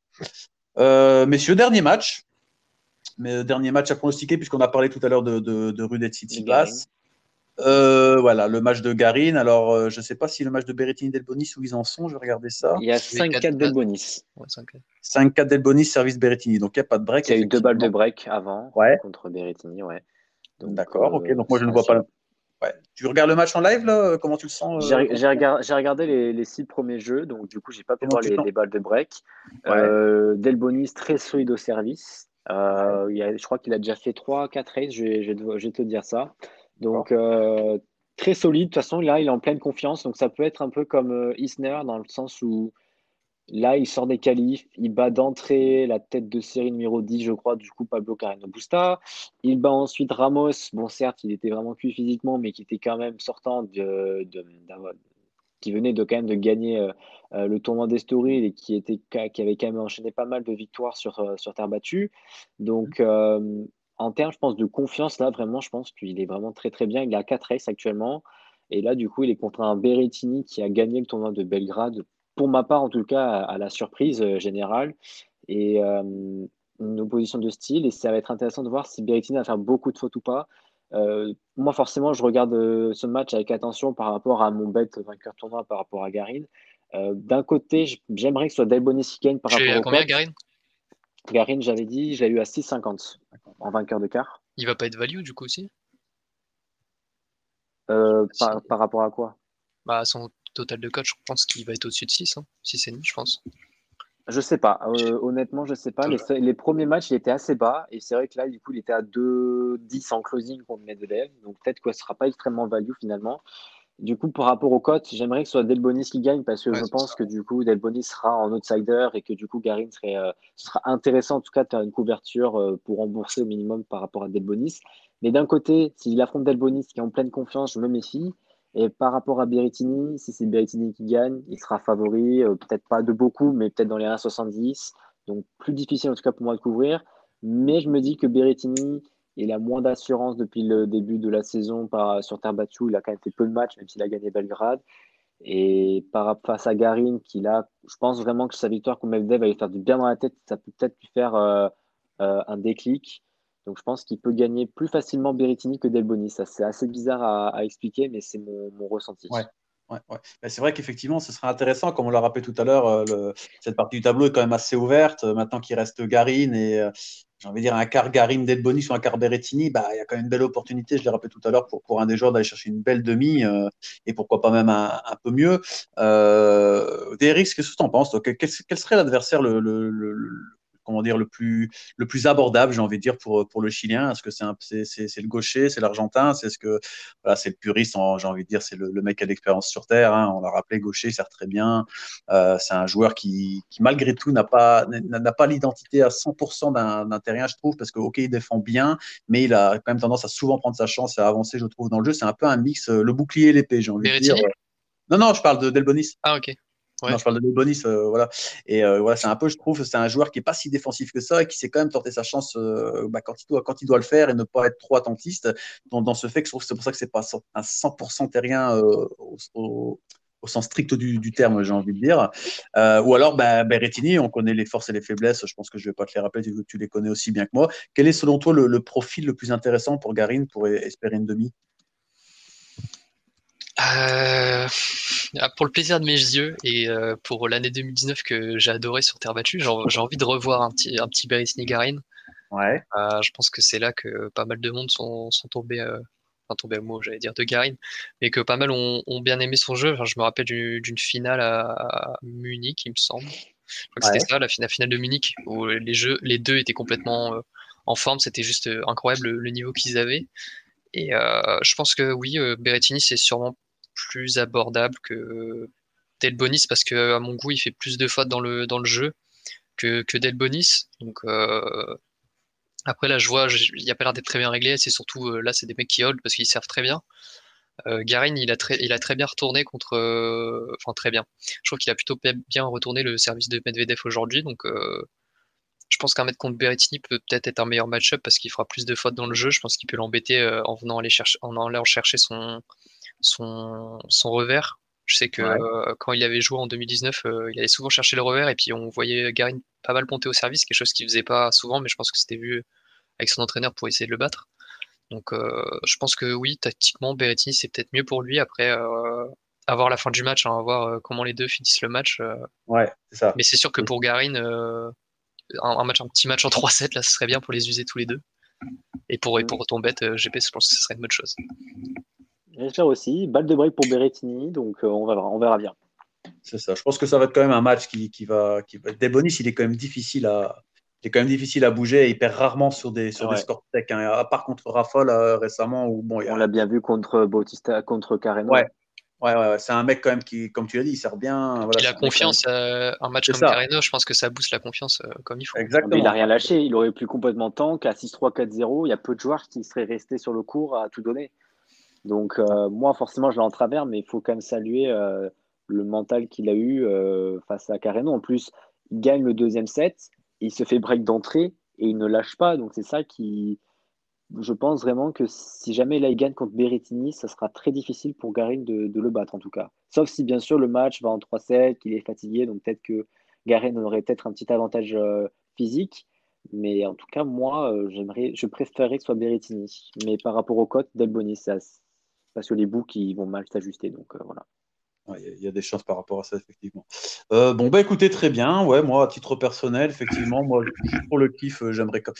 Euh, messieurs, dernier match. Mais dernier match à pronostiquer, puisqu'on a parlé tout à l'heure de, de, de Rude et de Garin. Tsitsipas. Euh, voilà, le match de Garin. Alors, euh, je ne sais pas si le match de Berrettini Delbonis, où ils en sont, je vais regarder ça. Il y a Oui, cinq quatre- quatre Delbonis, ouais, cinq quatre. cinq quatre Delbonis, service Berrettini. Donc, il n'y a pas de break, qui a eu deux balles de effectivement. break avant Ouais, contre Berrettini, ouais. Donc, d'accord, ok. euh, Donc, moi, je c'est ne à vois pas. suivre. Le- Ouais. Tu regardes le match en live, là? Comment tu le sens? euh, J'ai comment, j'ai regard- j'ai regardé les, les six premiers jeux, donc du coup, j'ai pas pu comment voir tu les, sens? les balles de break. Ouais, Euh, Delbonis, très solide au service. ouais, Euh, il y a- je crois qu'il a déjà fait trois quatre races, je vais, je vais te je vais te dire ça. d'accord. Donc, euh, très solide. De toute façon, là, il est en pleine confiance. Donc, ça peut être un peu comme euh, Isner, dans le sens où là, il sort des qualifs, il bat d'entrée la tête de série numéro dix, je crois, du coup, Pablo Carreno Busta. Il bat ensuite Ramos. Bon, certes, il était vraiment cuit physiquement, mais qui était quand même sortant de, de- d'avoir- qui venait de quand même de gagner euh, euh, le tournoi d'Estoril et qui était qui avait quand même enchaîné pas mal de victoires sur, euh, sur terre battue. Donc, euh, en termes, je pense, de confiance, là, vraiment, je pense qu'il est vraiment très, très bien. Il est à quatre races actuellement. Et là, du coup, il est contre un Berrettini qui a gagné le tournoi de Belgrade, pour ma part, en tout cas, à, à la surprise euh, générale. Et euh, une opposition de style. Et ça va être intéressant de voir si Berrettini va faire beaucoup de fautes ou pas. Euh, moi, forcément, je regarde euh, ce match avec attention par rapport à mon bet vainqueur tournoi par rapport à Garin. Euh, d'un côté, j- j'aimerais que ce soit Delbonis qui gagne par Tu rapport l'as à aux combien, cotes. Garin? Garin, j'avais dit, je l'ai eu à six cinquante en vainqueur de quart. Il va pas être value du coup aussi? Euh, Si. par, par rapport à quoi? Bah, son total de cote, je pense qu'il va être au-dessus de six, hein. six et demi, je pense. Je sais pas. Euh, honnêtement, je sais pas. Les, les premiers matchs, il était assez bas. Et c'est vrai que là, du coup, il était à deux dix en closing contre Medvedev. Donc peut-être que ce sera pas extrêmement value finalement. Du coup, par rapport aux cotes, j'aimerais que ce soit Delbonis qui gagne parce que Ouais, je c'est pense ça. que du coup, Delbonis sera en outsider et que du coup, Garin serait, euh, ce sera intéressant en tout cas de faire une couverture euh, pour rembourser au minimum par rapport à Delbonis. Mais d'un côté, s'il affronte Delbonis qui est en pleine confiance, je me méfie. Et par rapport à Berrettini, si c'est Berrettini qui gagne, il sera favori, euh, peut-être pas de beaucoup, mais peut-être dans les un virgule soixante-dix. Donc plus difficile en tout cas pour moi de couvrir. Mais je me dis que Berrettini, il a moins d'assurance depuis le début de la saison par, sur terre battue. Il a quand même fait peu de matchs, même s'il a gagné Belgrade. Et par, face à Garin, qui là, je pense vraiment que sa victoire contre Medvedev va lui faire du bien dans la tête. Ça peut peut-être lui faire euh, euh, un déclic. Donc je pense qu'il peut gagner plus facilement Berrettini que Delbonis. Ça, c'est assez bizarre à, à expliquer, mais c'est mon, mon Ouais. ressenti. Ouais, ouais. Ben, c'est vrai qu'effectivement, ce sera intéressant, comme on l'a rappelé tout à l'heure, euh, le- cette partie du tableau est quand même assez ouverte. Euh, Maintenant qu'il reste Garin et euh, j'ai envie de dire un quart Garin Delbonis ou un quart Berrettini, bah, il y a quand même une belle opportunité, je l'ai rappelé tout à l'heure, pour, pour un des joueurs d'aller chercher une belle demi euh, et pourquoi pas même un, un peu mieux. Euh, D R X, qu'est-ce que tu en penses, toi? Quel, quel- quel serait l'adversaire le, le- le- le- comment dire, le plus, le plus abordable, j'ai envie de dire, pour, pour le Chilien? Est-ce que c'est un- c'est c'est- c'est le gaucher, c'est l'Argentin? C'est ce que voilà, c'est le puriste, en- j'ai envie de dire, c'est le, le mec qui a de l'expérience sur Terre. Hein, on l'a rappelé, gaucher, il sert très bien. Euh, c'est un joueur qui, qui malgré tout, n'a pas, n'a pas l'identité à cent pour cent d'un, d'un terrien, je trouve, parce que, ok, il défend bien, mais il a quand même tendance à souvent prendre sa chance et à avancer, je trouve, dans le jeu. C'est un peu un mix, euh, le bouclier et l'épée, j'ai envie de dire. Berrettini? Non, non, je parle de Delbonis. Ah, ok. Non, Ouais. je parle de Delbonis, euh, voilà. Et euh, voilà, c'est un peu, je trouve, c'est un joueur qui est pas si défensif que ça et qui sait quand même tenter sa chance euh, bah, quand, il doit, quand il doit le faire et ne pas être trop attentiste. Dans, dans ce fait que je trouve que c'est pour ça que c'est pas un cent pour cent terrien euh, au, au, au sens strict du, du terme, j'ai envie de dire. Euh, ou alors, bah, Berrettini, on connaît les forces et les faiblesses. Je pense que je vais pas te les rappeler, tu, tu les connais aussi bien que moi. Quel est selon toi le, le profil le plus intéressant pour Garin pour espérer une demi? Euh, ah, pour le plaisir de mes yeux et euh, pour l'année deux mille dix-neuf que j'ai adoré sur terre battue, j'ai j'ai envie de revoir un petit, un petit Berrettini Garin. Ouais. Euh, je pense que c'est là que pas mal de monde sont, sont tombés, euh, enfin tombés amoureux, j'allais dire, de Garin, mais que pas mal ont, ont bien aimé son jeu. Enfin, je me rappelle du- d'une finale à, à Munich, il me semble. Je crois que c'était Ouais. ça, la finale, finale de Munich, où les jeux, les deux étaient complètement euh, en forme. C'était juste euh, incroyable le, le niveau qu'ils avaient. Et euh, je pense que oui, euh, Berrettini, c'est sûrement plus abordable que Delbonis parce que à mon goût, il fait plus de fautes dans le, dans le jeu que, que Delbonis. Donc euh, après là, je vois, je- il n'y a pas l'air d'être très bien réglé. C'est surtout euh, là, c'est des mecs qui hold parce qu'ils servent très bien. Euh, Garin, il a très, il a très bien retourné contre, euh, enfin très bien. Je trouve qu'il a plutôt bien retourné le service de Medvedev aujourd'hui. Donc euh, je pense qu'un mec contre Berrettini peut peut-être être un meilleur match-up parce qu'il fera plus de fautes dans le jeu. Je pense qu'il peut l'embêter euh, en venant aller chercher, en allant chercher son, son, son revers. Je sais que Ouais. euh, quand il avait joué en deux mille dix-neuf, euh, il allait souvent chercher le revers et puis on voyait Garin pas mal monter au service, quelque chose qu'il faisait pas souvent, mais je pense que c'était vu avec son entraîneur pour essayer de le battre. Donc euh, je pense que oui, tactiquement, Berrettini c'est peut-être mieux pour lui. Après, euh, à voir la fin du match, hein, à voir euh, comment les deux finissent le match. euh. Ouais, c'est ça. Mais c'est sûr que pour Garin, euh, un, un match, un petit match en trois sept, là, ce serait bien pour les user tous les deux. Et pour, et Mm. pour ton bet, euh, G P, je pense que ce serait une bonne chose. J'espère aussi. Balle de break pour Berrettini, donc euh, on, va, on verra bien. C'est ça. Je pense que ça va être quand même un match qui, qui va. Qui va... Debonis, il est quand même difficile à. Il est quand même difficile à bouger et il perd rarement sur des, sur des Ouais. scores tech. Hein. À part contre Rafa là, récemment, où bon, il y On a. l'a bien vu contre Bautista, contre Ouais, Carreno. ouais, ouais, ouais. C'est un mec quand même qui, comme tu l'as dit, il sert bien. Voilà, Et la c'est un mec quand même. confiance, euh, un match C'est comme ça, Carreno, je pense que ça booste la confiance euh, comme il faut. Mais il n'a exactement. rien lâché. Il aurait pu complètement tank à six trois quatre zéro. Il y a peu de joueurs qui seraient restés sur le court à tout donner. Donc, euh, moi, forcément, je l'ai en travers, mais il faut quand même saluer euh, le mental qu'il a eu euh, face à Carreno. En plus, il gagne le deuxième set, il se fait break d'entrée et il ne lâche pas. Donc, c'est ça qui. Je pense vraiment que si jamais là, il gagne contre Berrettini, ça sera très difficile pour Garin de, de le battre, en tout cas. Sauf si, bien sûr, le match va en trois sept, qu'il est fatigué. Donc, peut-être que Garin aurait peut-être un petit avantage euh, physique. Mais en tout cas, moi, euh, j'aimerais, je préférerais que ce soit Berrettini. Mais par rapport aux cotes, Delbonis, ça, parce que les bouts ils vont mal s'ajuster. Donc euh, voilà. Ouais, Il y, a- il y a des chances par rapport à ça, effectivement. Euh, bon, bah écoutez, très bien. Ouais, moi, à titre personnel, effectivement, moi, juste pour le kiff, euh, j'aimerais.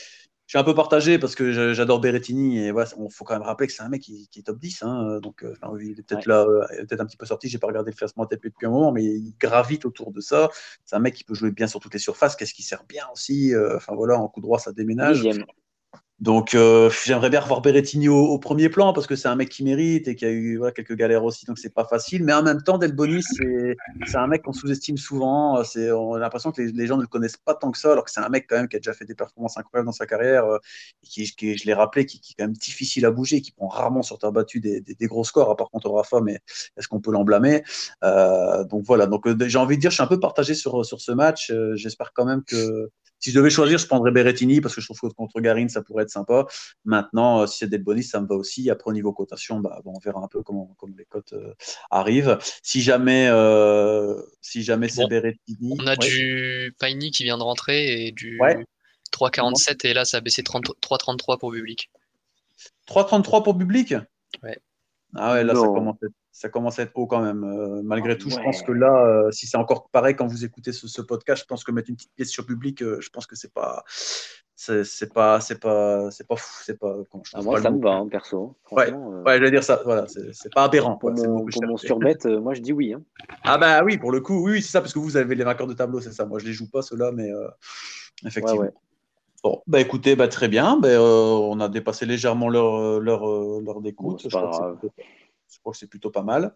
Je suis un peu partagé parce que je- j'adore Berrettini et ouais, il faut quand même rappeler que c'est un mec qui, qui est top dix. Hein, donc, euh, enfin, il est peut-être Ouais. là, euh, il est peut-être un petit peu sorti. J'ai pas regardé le classement depuis, depuis un moment, mais il gravite autour de ça. C'est un mec qui peut jouer bien sur toutes les surfaces. Qu'est-ce qui sert bien aussi euh, Enfin voilà, en coup droit, ça déménage. Dixième. Donc, euh, j'aimerais bien revoir Berrettini au, au premier plan parce que c'est un mec qui mérite et qui a eu voilà, quelques galères aussi, donc c'est pas facile. Mais en même temps, Delbonis, c'est c'est un mec qu'on sous-estime souvent. C'est, on a l'impression que les, les gens ne le connaissent pas tant que ça, alors que c'est un mec quand même qui a déjà fait des performances incroyables dans sa carrière euh, et qui, qui, je l'ai rappelé, qui, qui est quand même difficile à bouger, qui prend rarement sur terre battue des, des, des gros scores, à part contre Rafa, mais est-ce qu'on peut l'en blâmer euh, Donc voilà, donc euh, j'ai envie de dire, je suis un peu partagé sur, sur ce match. Euh, j'espère quand même que si je devais choisir, je prendrais Berrettini parce que je trouve que contre Garin, ça pourrait être sympa. Maintenant, euh, si c'est Delbonis, ça me va aussi. Après, au niveau cotation, bah, bon, on verra un peu comment, comment les cotes euh, arrivent. Si jamais, euh, si jamais c'est Bon, Berrettini. on a Ouais, du Paini qui vient de rentrer et ouais, du trois quarante-sept et là ça a baissé trente trois trente-trois pour Public. trois trente-trois pour public. Ouais. Ah ouais, là, ça Non. commence à être, ça commence à être haut quand même. Euh, malgré tout, je pense que Ouais. là, euh, si c'est encore pareil quand vous écoutez ce, ce podcast, je pense que mettre une petite pièce sur public, euh, je pense que c'est pas, c'est c'est pas, c'est pas, c'est pas fou, c'est pas, comment, je Ah, trouve moi, pas le ça me mot. va, hein, perso. Ouais, Franchement, euh, ouais, je vais dire ça. Voilà, c'est c'est pas aberrant, pour quoi. C'est le mot mon, que je pour mon cherchais. surbet, euh, moi, je dis oui. Hein. Ah bah oui, pour le coup, oui, oui, c'est ça, parce que vous avez les vainqueurs de tableau, c'est ça. Moi, je les joue pas ceux-là, mais euh, Ouais, effectivement. ouais. Bon, bah écoutez, bah très bien. Bah, euh, on a dépassé légèrement l'heure euh, l'heure euh, l'heure Bon, d'écoute. c'est Je pas crois que c'est grave. plutôt, je crois que c'est plutôt pas mal.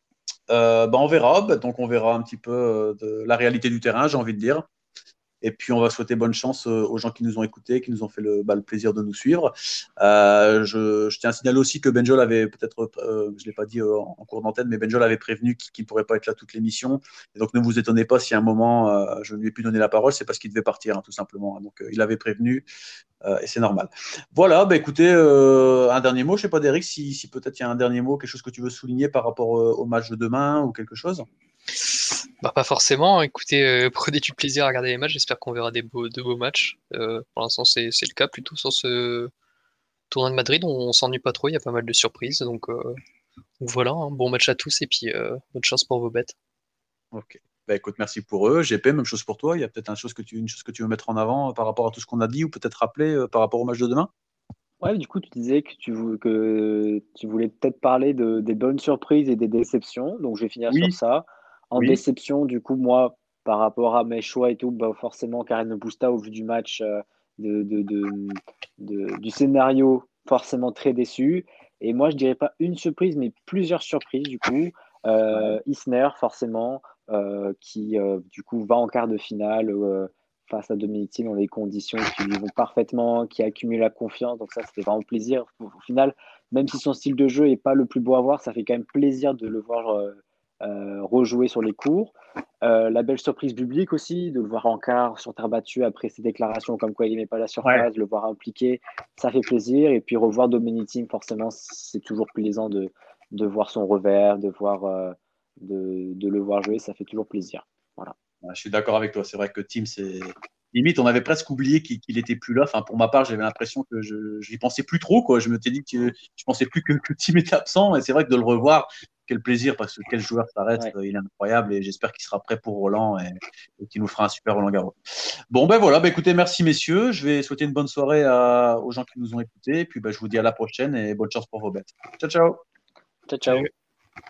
Euh, bah, on verra. Bah, donc on verra un petit peu euh, de la réalité du terrain, j'ai envie de dire. Et puis, on va souhaiter bonne chance euh, aux gens qui nous ont écoutés, qui nous ont fait le, bah, le plaisir de nous suivre. Euh, je, je tiens à signaler aussi que Benjol avait peut-être, euh, je ne l'ai pas dit euh, en cours d'antenne, mais Benjol avait prévenu qu'il ne pourrait pas être là toute l'émission. Et donc, ne vous étonnez pas si à un moment, euh, je ne lui ai plus donné la parole, c'est parce qu'il devait partir, hein, tout simplement. Donc, euh, il avait prévenu euh, et c'est normal. Voilà, bah, écoutez, euh, un dernier mot. Je ne sais pas, Derek, si, si peut-être il y a un dernier mot, quelque chose que tu veux souligner par rapport euh, au match de demain ou quelque chose. Bah, pas forcément. Écoutez, euh, prenez du plaisir à regarder les matchs. J'espère qu'on verra des beaux, de beaux matchs. Euh, pour l'instant, c'est c'est le cas plutôt sur ce tournoi de Madrid. On, on s'ennuie pas trop. Il y a pas mal de surprises. Donc, euh, donc voilà, hein, bon match à tous et puis euh, bonne chance pour vos bêtes. Ok. Bah, écoute, merci pour eux. G P, même chose pour toi. Il y a peut-être un chose que tu, une chose que tu veux mettre en avant euh, par rapport à tout ce qu'on a dit ou peut-être rappeler euh, par rapport au match de demain? Ouais, du coup, tu disais que tu, vou- que tu voulais peut-être parler de, des bonnes surprises et des déceptions. Donc, je vais finir sur Oui, ça. En oui, déception, du coup, moi, par rapport à mes choix et tout, bah, forcément, Karen Busta, au vu du match, euh, de, de, de- de- du scénario, forcément très déçu. Et moi, je dirais pas une surprise, mais plusieurs surprises, du coup. ouais, Euh, Isner, forcément, euh, qui, euh, du coup, va en quart de finale. euh, face à Dominic Thiem dans les conditions qui lui vont parfaitement, qui accumule la confiance. Donc ça, c'était vraiment plaisir. Au, au final, même si son style de jeu n'est pas le plus beau à voir, ça fait quand même plaisir de le voir euh, euh, rejouer sur les cours. Euh, la belle surprise publique aussi, de le voir en quart sur terre battue après ses déclarations comme quoi il n'aimait pas la ouais. surface, le voir impliqué, ça fait plaisir. Et puis revoir Dominic Thiem, forcément, c'est toujours plaisant de, de voir son revers, de, voir, euh, de, de le voir jouer, ça fait toujours plaisir. Voilà. Ouais, je suis d'accord avec toi. C'est vrai que Tim, c'est limite, on avait presque oublié qu'il qu'il était plus là. Enfin, pour ma part, j'avais l'impression que je n'y pensais plus trop, quoi. Je me suis dit que je pensais plus que, que Tim était absent. Et c'est vrai que de le revoir, quel plaisir parce que quel joueur ça reste. Ouais. Il est incroyable et j'espère qu'il sera prêt pour Roland et, et qu'il nous fera un super Roland Garros. Bon, ben voilà. Ben, écoutez, merci messieurs. Je vais souhaiter une bonne soirée à- aux gens qui nous ont écoutés. Et puis, ben, je vous dis à la prochaine et bonne chance pour vos bêtes. Ciao, ciao. Ciao, ciao. Salut.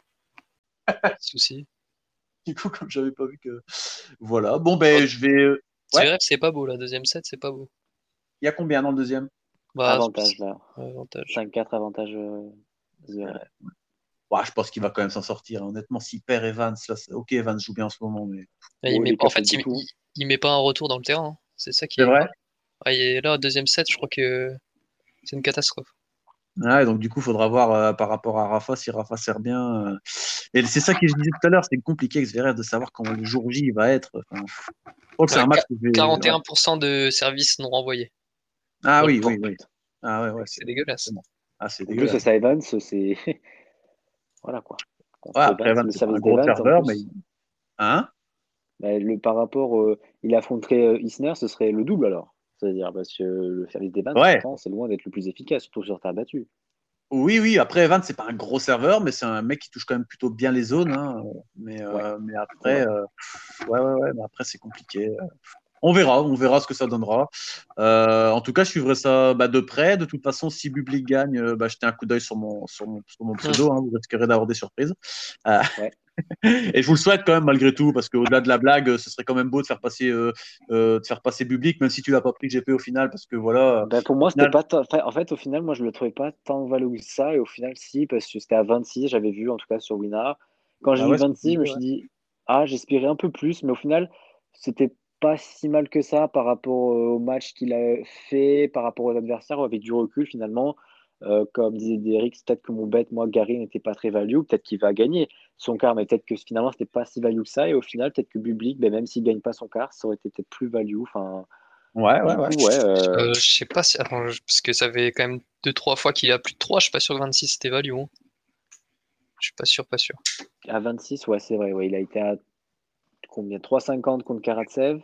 Souci. Du coup, comme j'avais pas vu que. Voilà. Bon, ben, je vais. C'est Ouais. vrai que c'est pas beau la deuxième set, c'est pas beau. Il y a combien dans le deuxième? Bah, Avantage là. avantage. cinq quatre avantage euh, Zverev. Ouais, je pense qu'il va quand même s'en sortir. Honnêtement, s'il perd Evans, là, c'est- ok, Evans joue bien en ce moment, mais Ah, il Oh, il met, est en capable fait, de il, tout. il, il met pas un retour dans le terrain. Hein. C'est ça qui c'est est vrai. grave. Ah, et là, deuxième set, je crois que c'est une catastrophe. Ouais, donc du coup, il faudra voir euh, par rapport à Rafa si Rafa sert bien. euh. Et c'est ça que je disais tout à l'heure, c'est compliqué avec Zverev de savoir comment le jour J il va être. Enfin, je crois que c'est Ouais, un match que je vais. Ouais. quarante et un pour cent de services non renvoyés. Ah Dans le oui, tour. oui, oui. Ah ouais, ouais, c'est C'est dégueulasse. exactement. Ah, c'est En plus, dégueulasse. ça Evans, c'est. Voilà quoi. Ouais, Contre après Evans, Evans, le c'est pas un service gros d'Evans, en serveur, mais plus, hein? bah, le, par rapport, euh, il affronterait euh, Isner, ce serait le double alors. C'est-à-dire, parce que le service d'Evans, Ouais. pourtant, c'est loin d'être le plus efficace, surtout sur terre battue. Oui, oui. Après Evans, c'est pas un gros serveur, mais c'est un mec qui touche quand même plutôt bien les zones. Hein. Mais, Ouais, euh, mais c'est après, vrai. euh, ouais, ouais, ouais. Mais après, c'est compliqué. On verra, on verra ce que ça donnera. Euh, en tout cas, je suivrai ça bah, de près. De toute façon, si Bublik gagne, euh, bah, jetez un coup d'œil sur mon, sur mon, sur mon pseudo. Hein, vous risquerez d'avoir des surprises. Euh, Ouais. et je vous le souhaite quand même malgré tout, parce qu'au-delà de la blague, ce serait quand même beau de faire passer, euh, euh, de faire passer Bublik, même si tu l'as pas pris G P au final, parce que voilà. Ben, pour Au moi, c'était final, pas tant- enfin, en fait, au final, moi, je le trouvais pas tant value que ça. Et au final, si, parce que c'était à vingt-six, j'avais vu, en tout cas, sur Winner. Quand j'ai bah vu ouais, ce que tu vingt-six, je me disais, suis ouais. dit, ah, j'espérais un peu plus. Mais au final, c'était pas si mal que ça par rapport euh, au match qu'il a fait, par rapport aux adversaires, avec du recul, finalement. Euh, comme disait Derek, c'est peut-être que mon bet, moi, Gary n'était pas très value. Peut-être qu'il va gagner son quart, mais peut-être que finalement, c'était pas si value que ça. Et au final, peut-être que Bublik, ben, même s'il gagne pas son quart, ça aurait été peut-être plus value. Enfin, Ouais, ouais, du ouais. coup, ouais. euh, Euh, je sais pas si. Attends, je- parce que ça fait quand même deux trois fois qu'il a plus de trois. Je suis pas sûr que vingt-six c'était value. Hein. Je suis pas sûr, pas sûr. À vingt-six, ouais, c'est vrai. Ouais, il a été à combien? trois cinquante contre Karatsev.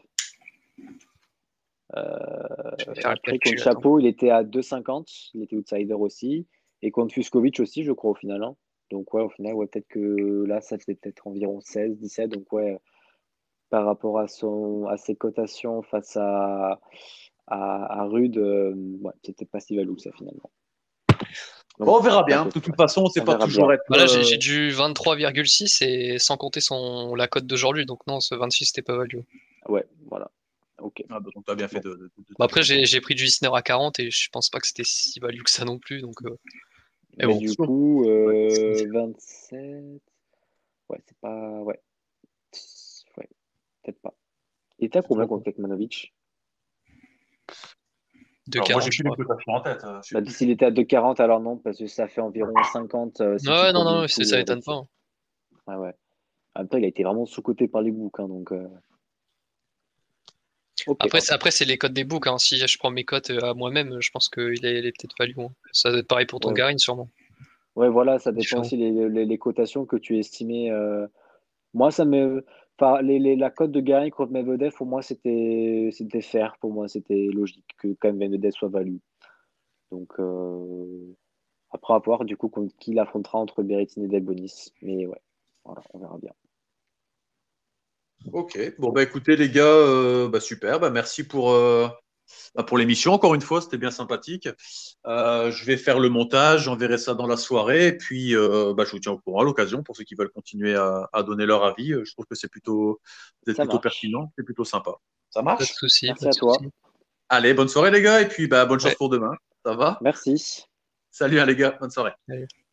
Je vais Euh, faire le après, contre calcul. Attends. Chapeau, il était à deux cinquante. Il était outsider aussi. Et contre Fuskovic aussi, je crois, au final. Hein. Donc, ouais, au final, ouais, peut-être que là, ça faisait peut-être environ seize, dix-sept. Donc, ouais, par rapport à, son, à ses cotations face à, à, à Rude, euh, ouais, c'était pas si value que ça, finalement. Donc, Bon, on verra bah, bien. écoute, De toute ouais, façon, c'est on pas verra toujours bien. être. Bah là, j'ai j'ai euh, du vingt-trois virgule six et sans compter son, la cote d'aujourd'hui. Donc non, ce vingt-six c'était pas value. Ouais, voilà. Ok. Ah, bah, donc, tu as bien fait Bon. de, de, de Bah te après, mettre j'ai dedans. j'ai pris du Isner à quarante et je pense pas que c'était si value que ça non plus. Donc, euh, mais Mais bon. du Sûr. coup, Ouais. euh, vingt-sept. Ouais, c'est pas. Ouais. Ouais, peut-être pas. Il était à combien contre Kekmanovic? Alors, moi, deux quarante, j'ai je plus les crois. cotations en tête. euh, je sais Bah, plus. s'il était à deux quarante, alors non, parce que ça fait environ cinquante euh, si tu Ouais, non, combines non, c'est- tout ça euh, m'étonne avec pas. ça. Hein. Ouais, ouais. En même temps, il a été vraiment sous-coté par les books. Hein, donc, euh, ok. Après, c'est- après c'est les cotes des books. Hein. Si je prends mes cotes euh, à moi-même, je pense qu'il est, il est peut-être value. Hein. Ça doit être pareil pour ton Ouais, Garin, sûrement. ouais, voilà, ça dépend Différent. aussi les, les, les cotations que tu estimais. euh, Moi, ça me. Enfin, les, les- la cote de Gary contre Medvedev, pour moi, c'était c'était fair. Pour moi, c'était logique que quand même Medvedev soit value. Donc, euh, après, à voir du coup contre qui il affrontera entre Berrettini et Delbonis. Mais ouais, voilà, on verra bien. Ok. Bon, bah écoutez, les gars, euh, bah, super. Bah, merci pour, euh, bah, pour l'émission. Encore une fois, c'était bien sympathique. Euh, je vais faire le montage, j'enverrai ça dans la soirée. Et puis, euh, bah, je vous tiens au courant à l'occasion pour ceux qui veulent continuer à, à donner leur avis. Euh, Je trouve que c'est plutôt, c'est Ça plutôt marche. pertinent, c'est plutôt sympa. Ça Pas de marche? souci, pas Merci de à toi. souci. Allez, bonne soirée, les gars. Et puis, bah, bonne chance Ouais. pour demain. Ça va? Merci. Salut, hein, les gars. Bonne soirée. Allez.